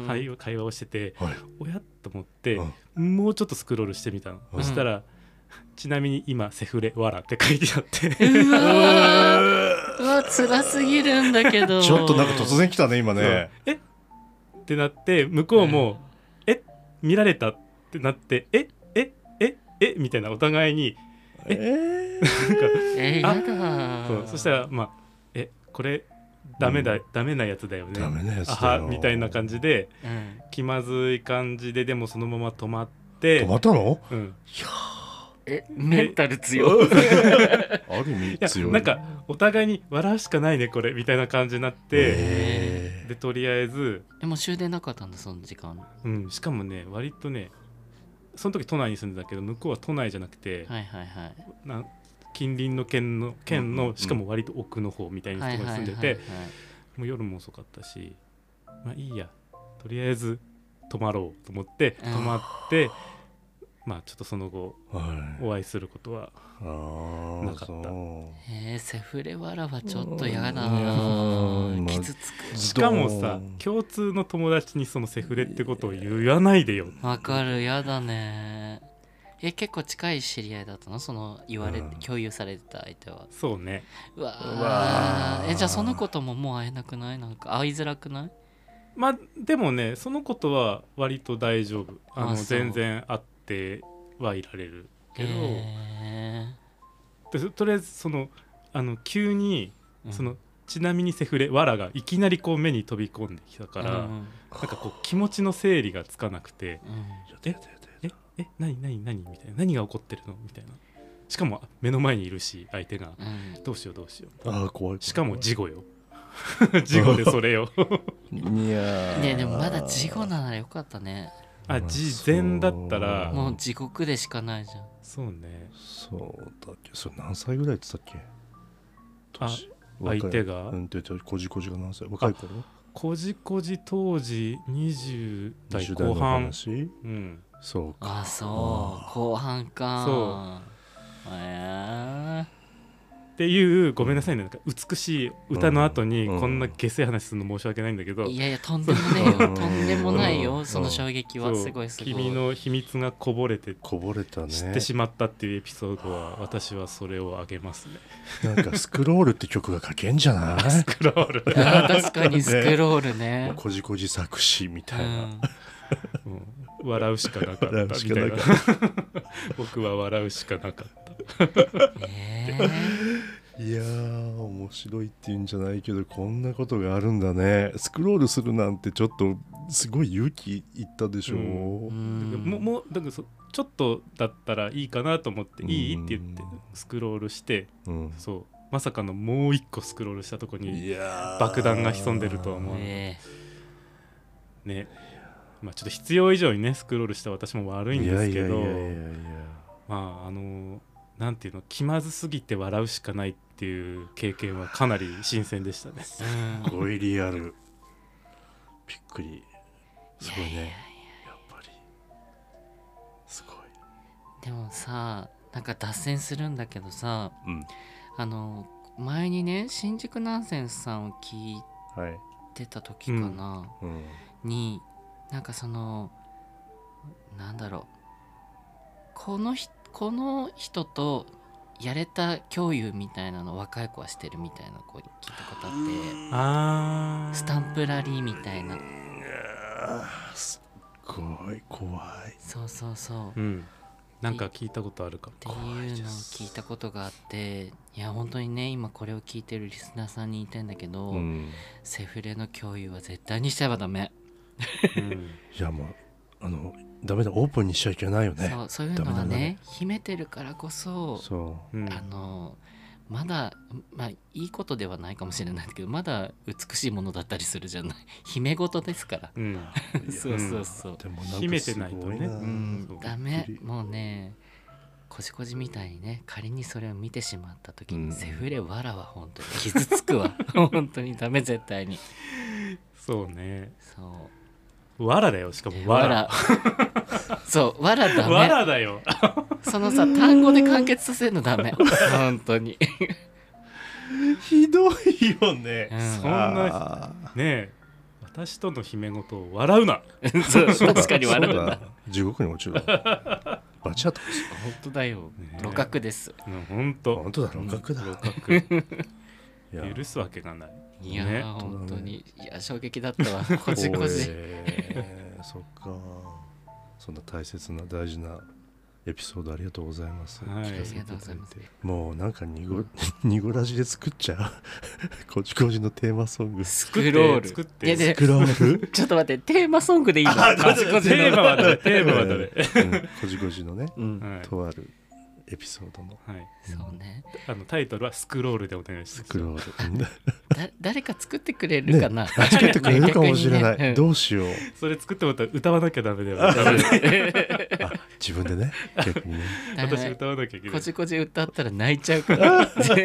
Speaker 1: 会話をしてて、はい、おやっと思って、うん、もうちょっとスクロールしてみたの、うん、そしたらちなみに今セフレわらって書いてあって
Speaker 3: うわうわ辛すぎるんだけど
Speaker 2: ちょっとなんか突然来たね今ね
Speaker 1: えってなって向こうも、うん、え見られたってなってええええみたいなお互いにえ
Speaker 3: えー、なんかえー、やだ
Speaker 1: そうそしたらまあえこれダメだ、うん、ダメなやつだよね
Speaker 2: ダメなやつだよ
Speaker 1: みたいな感じで、うん、気まずい感じででもそのまま止まって
Speaker 2: 止まったの、
Speaker 1: うん、い
Speaker 3: やえメンタル強い
Speaker 2: ある意味強い
Speaker 1: なんかお互いに笑うしかないねこれみたいな感じになって、えー、でとりあえず
Speaker 3: でも終電なかったんだその時間、
Speaker 1: うん、しかもね割とねその時都内に住んでたけど向こうは都内じゃなくて、
Speaker 3: はいはいはい、
Speaker 1: な近隣の県の県の、うんうん、しかも割と奥の方みたいなところに住んでてもう夜も遅かったしまあいいやとりあえず泊まろうと思って泊まってまあちょっとその後、はい、お会いすることはなかった。
Speaker 3: えー、セフレワラはちょっとやだ傷つく。
Speaker 1: しかもさ共通の友達にそのセフレってことを言わないでよ。
Speaker 3: わかるやだね。え結構近い知り合いだったのその言われ、うん、共有されてた相手は。
Speaker 1: そうね。
Speaker 3: うわうわえじゃあその子とももう会えなくないなんか会いづらくない
Speaker 1: まあでもねその子とは割と大丈夫あの全然会ってはいられるけど、でとりあえずそのあの急にその、うん、ちなみにセフレわらがいきなりこう目に飛び込んできたから、うん、なんかこう気持ちの整理がつかなくて、うん、えええ何何何みたいな何が起こってるのみたいなしかも目の前にいるし相手が、うん、どうしようどうしよう
Speaker 2: あ怖い怖い
Speaker 1: しかも事後よ事後でそれよ
Speaker 2: いや
Speaker 3: ねでもまだ事後ならよかったね
Speaker 1: あ事前だったら
Speaker 3: もう地獄でしかないじゃん
Speaker 1: そうね
Speaker 2: そうだっけそれ何歳ぐらいって言ったっけ
Speaker 1: あ相手が
Speaker 2: うんってこじこじが何歳若い頃
Speaker 1: こじこじ当時にじゅう代後半
Speaker 2: うんそうか
Speaker 3: あそう後半か
Speaker 1: そう
Speaker 3: えー
Speaker 1: っていうごめんなさいねなんか美しい歌の後にこんな下水話するの申し訳ないんだけど、
Speaker 3: うん、いやいやとんでもないよとんでもないよその衝撃はすごいすごい
Speaker 1: 君の秘密がこぼれて
Speaker 2: こぼれたね
Speaker 1: 知ってしまったっていうエピソードは私はそれをあげますね
Speaker 2: なんかスクロールって曲が書けんじゃない
Speaker 1: スクロール
Speaker 3: 確かにスクロールね
Speaker 2: ねこじこじ作詞みたいな、
Speaker 1: うんうん、笑うしかなかったみたいな僕は笑うしかなかった
Speaker 3: えー、
Speaker 2: いやー面白いっていうんじゃないけどこんなことがあるんだねスクロールするなんてちょっとすごい勇気いったでしょう、うん、
Speaker 1: ももうだからそちょっとだったらいいかなと思っていいって言ってスクロールして、うん、そうまさかのもう一個スクロールしたとこに爆弾が潜んでるとは思う、えー、ねまあちょっと必要以上にねスクロールした私も悪いんですけどまああのなんていうの気まずすぎて笑うしかないっていう経験はかなり新鮮でしたね
Speaker 2: すごいリアルびっくりすごいねいやいやいややっぱりすごい
Speaker 3: でもさなんか脱線するんだけどさ、
Speaker 2: うん、
Speaker 3: あの前にね新宿ナンセンスさんを聞いてた時かな、はいうんうん、になんかそのなんだろうこの人この人とやれた共有みたいなの若い子はしてるみたいな子聞いたことあって
Speaker 1: あ
Speaker 3: スタンプラリーみたいな
Speaker 2: ごい怖い。
Speaker 3: そうそうそう、
Speaker 1: うん、なんか聞いたことあるかも
Speaker 3: っていうのを聞いたことがあって、いや本当にね今これを聞いてるリスナーさんに言いたいんだけど、うん、セフレの共有は絶対にしちゃえばダメ、
Speaker 2: うん、いやもうあのダメだ、オープンにしちゃいけないよね。
Speaker 3: そう、そういうのはね秘めてるからこそ、
Speaker 2: そう、
Speaker 3: うん、あのまだ、まあ、いいことではないかもしれないけどまだ美しいものだったりするじゃない、秘め事ですから、うん、そうそうそう、
Speaker 1: でも秘めてないとね、うん、
Speaker 3: ダメ、もうねこじこじみたいにね仮にそれを見てしまった時に、うん、セフレわらは本当に傷つくわ本当にダメ、絶対に。
Speaker 1: そうね、
Speaker 3: そう
Speaker 1: わらだよ、しかもわら
Speaker 3: そうわらダメ、
Speaker 1: わらだよ
Speaker 3: そのさ単語で完結させるのダメ本当に
Speaker 2: ひどいよね、
Speaker 1: うん、そんなねえ私との秘め事を笑うな
Speaker 3: そう確かに笑うな、
Speaker 2: 地獄に落ちるバチ当たる。
Speaker 3: 本当だよ、露覚です。
Speaker 1: 本当
Speaker 2: 本当だ、露覚だ、
Speaker 1: 露覚許すわけがない。
Speaker 3: いや、ね、本当にいや衝撃だったわこじこじ、
Speaker 2: えー、そっか、そんな大切な大事なエピソードありがとうございます、
Speaker 3: はい、聞かせていただいて。
Speaker 2: もうなんかニゴニゴラジで作っちゃうこじこじのテーマソング
Speaker 3: スクロール
Speaker 1: 作って
Speaker 2: スクロール
Speaker 3: ちょっと待って、テーマソングでいいの？
Speaker 1: こじこじのテーマは誰？テーマは誰？
Speaker 2: こじこじのね、うん、とあるエピソードの、
Speaker 3: はい、そうね、
Speaker 1: あのタイトルはスクロールでお願いします。
Speaker 2: スクロール
Speaker 3: だ誰か作ってくれるかな、
Speaker 2: ね、作ってくれるかもしれない、ね、うん、どうしよう。
Speaker 1: それ作ってもらったら歌わなきゃダメだよあ
Speaker 2: 自分でね、逆にね
Speaker 1: 私歌わなきゃいけない。
Speaker 3: こじこじ歌ったら泣いちゃうから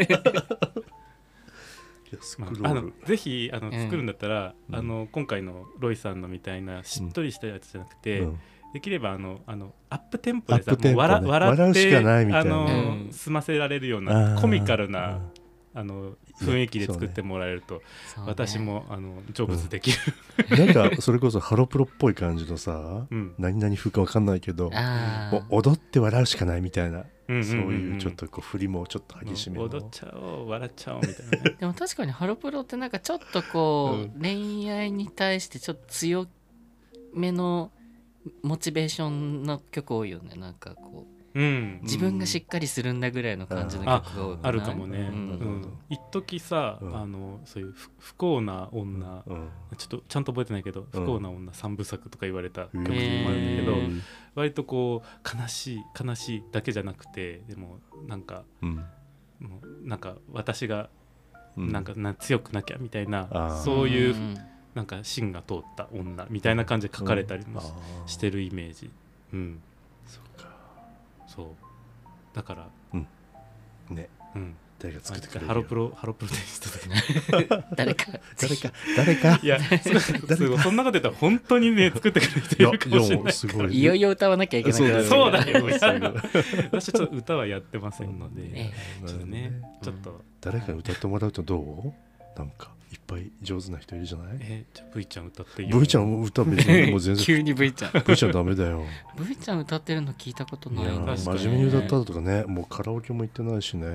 Speaker 1: あのぜひあの作るんだったら、うん、あの今回のロイさんのみたいなしっとりしたやつじゃなくて、うん、できればあのあのアップテンポでさ、
Speaker 2: ね、
Speaker 1: もう笑、笑って
Speaker 2: 笑うしかないみたいな、
Speaker 1: あの、うん、済ませられるようなコミカルなあの雰囲気で作ってもらえると、ね、私もあの成仏できる、
Speaker 2: うん、なんかそれこそハロプロっぽい感じのさ、うん、何々風か分かんないけどもう踊って笑うしかないみたいな、うんうんうんうん、そういうちょっとこう振りもちょっと激しめの
Speaker 1: 踊っちゃおう笑っちゃおうみたいな、ね、
Speaker 3: でも確かにハロプロってなんかちょっとこう、うん、恋愛に対してちょっと強めのモチベーションの曲多いよね。なんかこう、うん、自分がしっかりするんだぐらいの感じの曲が多い、
Speaker 1: あ, あるかもね、うんうん、一時さ、うん、あのそういう不幸な女、うん、ちょっとちゃんと覚えてないけど、うん、不幸な女三部作とか言われた曲もあるんだけど、割とこう悲しい悲しいだけじゃなくて、でもなんか、うん、もうなんか私がなんかな強くなきゃみたいな、そういうなんか芯が通った女みたいな感じで書かれたりもしてるイメージ、うん、
Speaker 2: そうか、
Speaker 1: そうだから、
Speaker 2: うんね、うん、誰が作ってくれるよ。
Speaker 1: ハロプロハロプロテストとか
Speaker 3: 誰か
Speaker 2: 誰か誰か
Speaker 1: いやそ, そんなこと言ったら本当にね作ってくれる人いるかもしれないから、
Speaker 3: いよいよ歌わなきゃいけないから、
Speaker 1: そうだよ私ちょっと歌はやってませんので、ええ、ちょっとね、ちょっと
Speaker 2: 誰かに歌ってもらうとどう？なんかいっぱい上手な人いるじゃない？
Speaker 1: えー、じゃあ V ちゃん歌っていい？
Speaker 2: V ちゃん歌別にもう全然
Speaker 3: 急に V ちゃん
Speaker 2: V ちゃんダメだよ
Speaker 3: V ちゃん歌ってるの聞いたことない。いや
Speaker 2: 真面目に歌ったとかね、もうカラオケも行ってないしね、うん、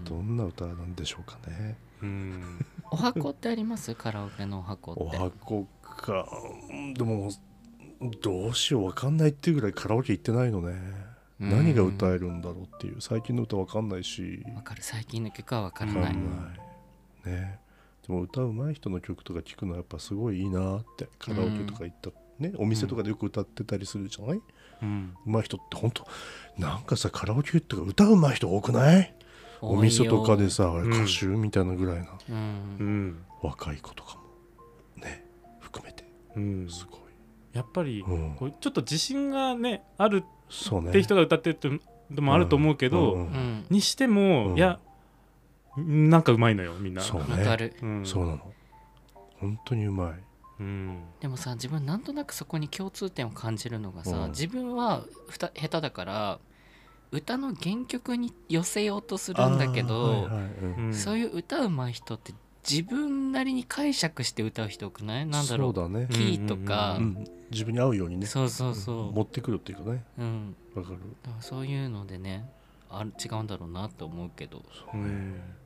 Speaker 2: どんな歌なんでしょうかね。
Speaker 1: うん、
Speaker 3: お箱ってあります？カラオケのお箱って。
Speaker 2: お箱か、でもどうしよう分かんないっていうぐらいカラオケ行ってないのね。何が歌えるんだろうっていう、最近の歌分かんないし。
Speaker 3: 分かる、最近の曲は分からない、
Speaker 2: ね、でも歌うまい人の曲とか聞くのはやっぱすごいいいなって。カラオケとか行った、ね、お店とかでよく歌ってたりするじゃない、うん、うまい人って本当なんかさ、カラオケとか歌うまい人多くない？お店とかでさ、歌手みたいなぐらいな、うんうん、若い子とかもね含めて、うん、すごい
Speaker 1: やっぱり、うん、こうちょっと自信がねあるって人が歌ってるってのもあると思うけど、うんうん、にしても、うん、いやなんかうまいのよみんな。
Speaker 2: そうね、
Speaker 3: わかる、
Speaker 2: うん、そうなの、本当にうまい、
Speaker 3: うん、でもさ、自分なんとなくそこに共通点を感じるのがさ、うん、自分はふた下手だから歌の原曲に寄せようとするんだけど、はいはい、うん、そういう歌うまい人って自分なりに解釈して歌う人多くない？なんだろう、
Speaker 2: そうだね、
Speaker 3: キーとか、うんうんうん、
Speaker 2: 自分に合うようにね、
Speaker 3: そうそうそう、
Speaker 2: うん、持ってくるっていうかね、うん、わかる。
Speaker 3: だからそういうのでね、あ違うんだろうなと思うけど。
Speaker 2: そうね、僕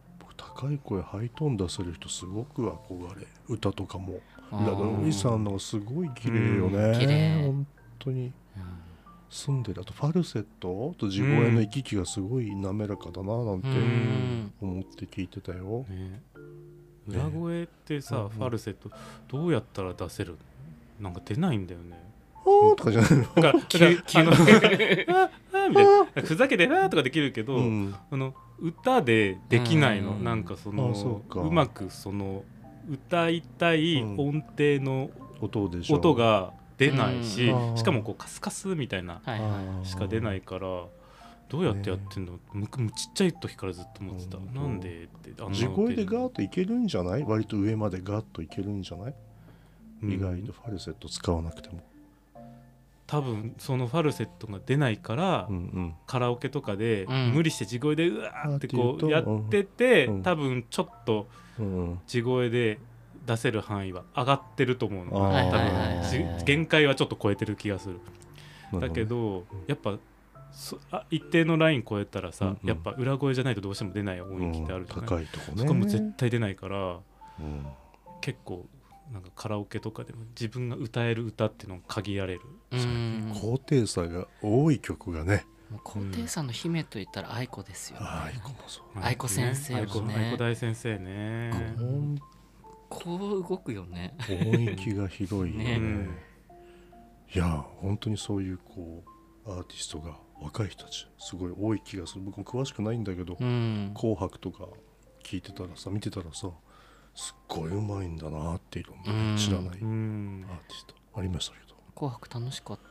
Speaker 2: 高い声ハイトーン出せる人すごく憧れ。歌とかもラドリさんのすごい綺麗よね、綺麗本当に、うん、澄んでる。あとファルセットと地声の行き来がすごい滑らかだななんて思って聞いてたよ、ね、
Speaker 1: 裏声ってさ、ね、ファルセットどうやったら出せるの？なんか出ないんだよね。
Speaker 2: あーとかじゃないの？なんか
Speaker 1: あのああみたいなふざけてあーとかできるけど、うん、あの歌でできないの、うん、なんかそのう, うまくその歌いたい音程の音が出ないし、うん、しかもこうカスカスみたいなしか出ないから、どうやってやってんの、ね、むちっちゃい時からずっと思ってた、うん、なんでって
Speaker 2: 地声でガーッといけるんじゃない？割と上までガーッといけるんじゃない？うん、意外とファルセット使わなくても
Speaker 1: 多分そのファルセットが出ないから、うんうん、カラオケとかで無理して地声でうわーってこうやってて、うん、多分ちょっと地声で出せる範囲は上がってると思うの、多分限界はちょっと超えてる気がする。だけどやっぱそあ一定のライン超えたらさ、うんうん、やっぱ裏声じゃないとどうしても出ない音域ってあるじゃない、うん、
Speaker 2: 高いとこね。
Speaker 1: そこも絶対出ないから、うん、結構なんかカラオケとかでも自分が歌える歌っていうのが限られる。
Speaker 2: 高低差が多い曲がね。
Speaker 3: 高低差の姫といったら愛子ですよね。
Speaker 2: 愛子もそう。
Speaker 3: 愛子先生もね。
Speaker 1: 愛子大先生ね。
Speaker 3: こう動くよね。
Speaker 2: 音域が広いよね。ね、いや本当にそういうこうアーティストが若い人たちすごい多い気がする。僕も詳しくないんだけど、うん、紅白とか聞いてたらさ見てたらさ。すっごいうまいんだなっていろんな知らないアーティストありましたけど、
Speaker 3: 紅白楽しかった。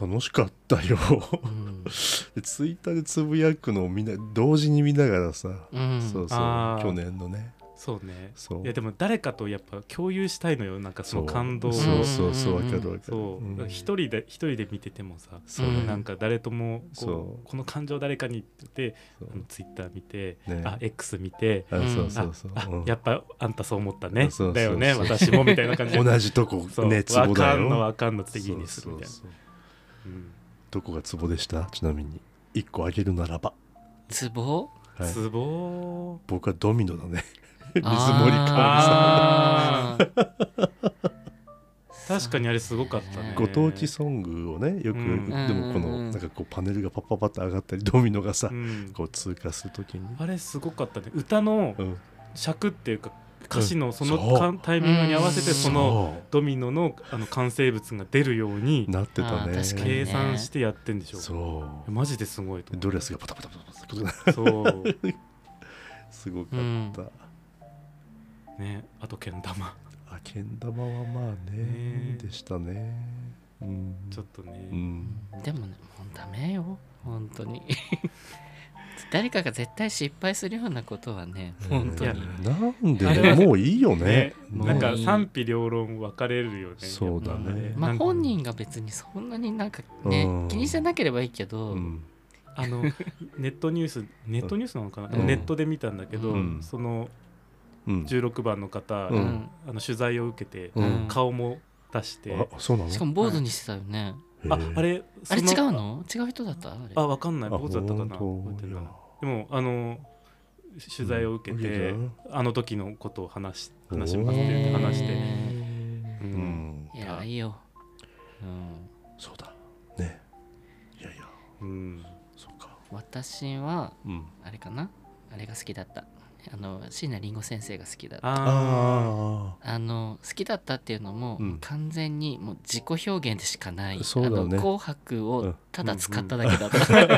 Speaker 2: 楽しかったよ、うん、でツイッターでつぶやくのをみんな同時に見ながらさ、うん、そうそう去年のね
Speaker 1: そうねそういやでも誰かとやっぱ共有したいのよ、なんかその感動を。
Speaker 2: そうそうそう分かる分かる。
Speaker 1: そう、うん、一人で一人で見ててもさ、そう、ね、なんか誰ともこうこの感情誰かにってあのツイッター見て、ね、あ X 見て、あ、そうそうそう、あ、やっぱあんたそう思ったね、そうそうそうだよね私もみたいな感じで
Speaker 2: 同じとこねツボだよ。
Speaker 1: 分かんの分かんのっていいにするみたいな。そうそうそう、
Speaker 2: うん、どこがツボでした？ちなみにいっこあげるならば。
Speaker 3: ツボ？
Speaker 1: はい、ツボ
Speaker 2: 僕はドミノだね。水森かおりさん
Speaker 1: 確かにあれすごかったね。
Speaker 2: ご当地ソングをねよく、うん、でもこのなんかこうパネルがパッパッパッと上がったりドミノがさ、うん、こう通過するときに
Speaker 1: あれすごかったね。歌の尺っていうか歌詞のその、うん、タイミングに合わせてそのドミノ の, あの完成物が出るように
Speaker 2: なってたね。
Speaker 1: 計算してやってんでしょ。
Speaker 2: そう
Speaker 1: マジですごいと思う。
Speaker 2: ドレスがパタパタパタパタそうすごかった、うん
Speaker 1: ね、あとけん玉。
Speaker 2: あけん玉はまあ ね, ねでしたね、
Speaker 1: うん、ちょっとね、う
Speaker 3: ん、でもねもうダメよ本当に誰かが絶対失敗するようなことはね本当に
Speaker 2: なんでもういいよ ね,
Speaker 1: ねなんか賛否両論分かれるよね。
Speaker 2: そうだね、
Speaker 3: まあ本人が別にそんなになんかね、うん、気にしなければいいけど、うん、
Speaker 1: あのネットニュースネットニュースなのかな、うん、ネットで見たんだけど、うん、そのじゅうろくばんの方、うん、あの取材を受けて、うん、顔も出して、
Speaker 2: あ、そうなの？
Speaker 3: しかも坊主にしてたよね、
Speaker 1: はい、あ, あれ
Speaker 3: あれ違うの？違う人だった？あれ
Speaker 1: あ分かんない坊主だったかな。でもあの取材を受けて、うん、あの時のことを話し話しますって話して、
Speaker 3: うん、いやいいよ、
Speaker 2: うん、そうだね。いやいや、
Speaker 1: うん、
Speaker 2: そうか。
Speaker 3: 私は、うん、あれかな、あれが好きだった。あの椎名林檎先生が好きだった。
Speaker 2: あ
Speaker 3: あの好きだったっていうのも、うん、完全にもう自己表現でしかない、
Speaker 2: そうだね、
Speaker 3: あの紅白をただ使っただけだった、うんうん、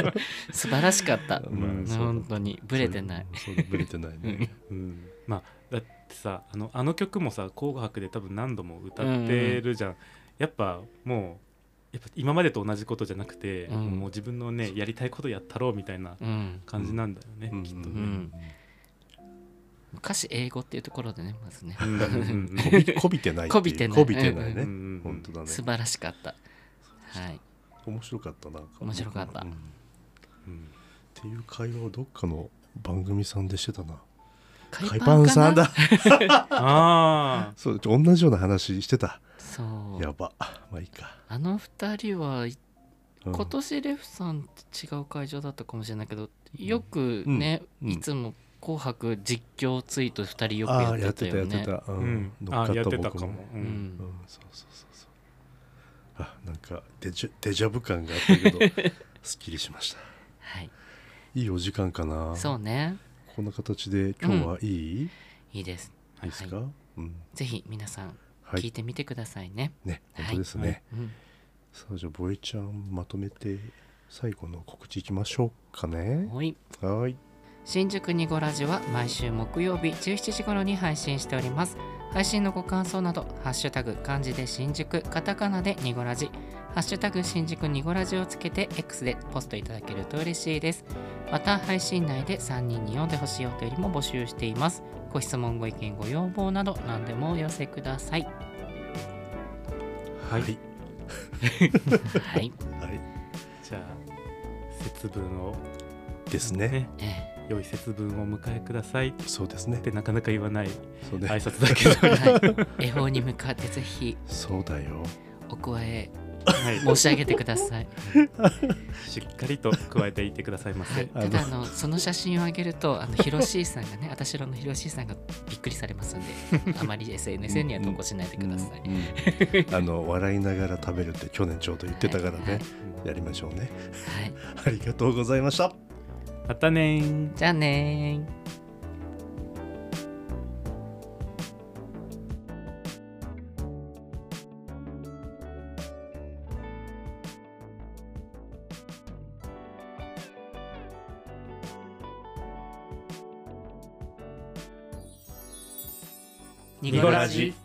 Speaker 3: 素晴らしかった、うん、本当にブレてない。
Speaker 2: そうブレてないね、
Speaker 1: うん、まあだってさあの、あの曲もさ紅白で多分何度も歌ってるじゃん、うん、やっぱもうやっぱ今までと同じことじゃなくて、うん、もう自分のねやりたいことやったろうみたいな感じなんだよね、うん、きっとね、うん、
Speaker 3: 歌詞英語っていうところでねまずね
Speaker 2: こびてない
Speaker 3: こびてない
Speaker 2: こびてないね、うん、本当だね。
Speaker 3: 素晴らしかった。はい、
Speaker 2: 面白かったな。
Speaker 3: 面白かった、うんうん、
Speaker 2: っていう会話をどっかの番組さんでしてたな。
Speaker 3: 海パン
Speaker 2: さんだ
Speaker 1: あ
Speaker 2: そう同じような話してた。
Speaker 3: そう
Speaker 2: やば、まあいいか。
Speaker 3: あの二人は今年レフさんって違う会場だったかもしれないけど、よくね、うん、いつも紅白実況ツイートふたりよくやってたよね。
Speaker 2: あやってたやってた、うん、
Speaker 1: あやってたかも、うんうん、
Speaker 2: そうそうそうそう。あなんかデジャ、デジャブ感があったけどすっきりしました。
Speaker 3: はい、
Speaker 2: いいお時間かな。
Speaker 3: そうね。
Speaker 2: こんな形で今日はいい、うん、
Speaker 3: いいです。
Speaker 2: いいですか、はい、
Speaker 3: うん、ぜひ皆さん聞いてみてくださいね。
Speaker 2: ね、本当ですね。はい
Speaker 3: うん、
Speaker 2: さあじゃあボエちゃんまとめて最後の告知いきましょうかね。
Speaker 3: はい。
Speaker 2: はい。
Speaker 3: 新宿ニゴラジは毎週木曜日じゅうしちじ頃に配信しております。配信のご感想などハッシュタグ漢字で新宿、カタカナでニゴラジ、ハッシュタグ新宿ニゴラジをつけて X でポストいただけると嬉しいです。また配信内でさんにんに読んでほしいお便りも募集しています。ご質問ご意見ご要望など何でもお寄せください。
Speaker 2: はい
Speaker 3: はい、
Speaker 2: はい、
Speaker 1: じゃあ節分を
Speaker 2: ですね、ね
Speaker 3: ええ
Speaker 1: 良い節分を迎えください。
Speaker 2: そうですね。
Speaker 1: ってなかなか言わない
Speaker 2: そう、ね、
Speaker 1: 挨拶だけど、
Speaker 3: はい、恵方に向かってぜひ
Speaker 2: そうだよ
Speaker 3: お加え申し上げてください。
Speaker 1: しっかりと加えていてくださいませ。
Speaker 3: はい、ただあのその写真を上げるとあのヒロシーさんがね、あたしろのヒロシーさんがびっくりされますんで、あまり エスエヌエス には投稿しないでください。
Speaker 2: うんうんうん、あの笑いながら食べるって去年ちょうど言ってたからね、はいはい、やりましょうね。はい、ありがとうございました。
Speaker 1: またねー。
Speaker 3: じゃあねー。
Speaker 1: ニゴラジ。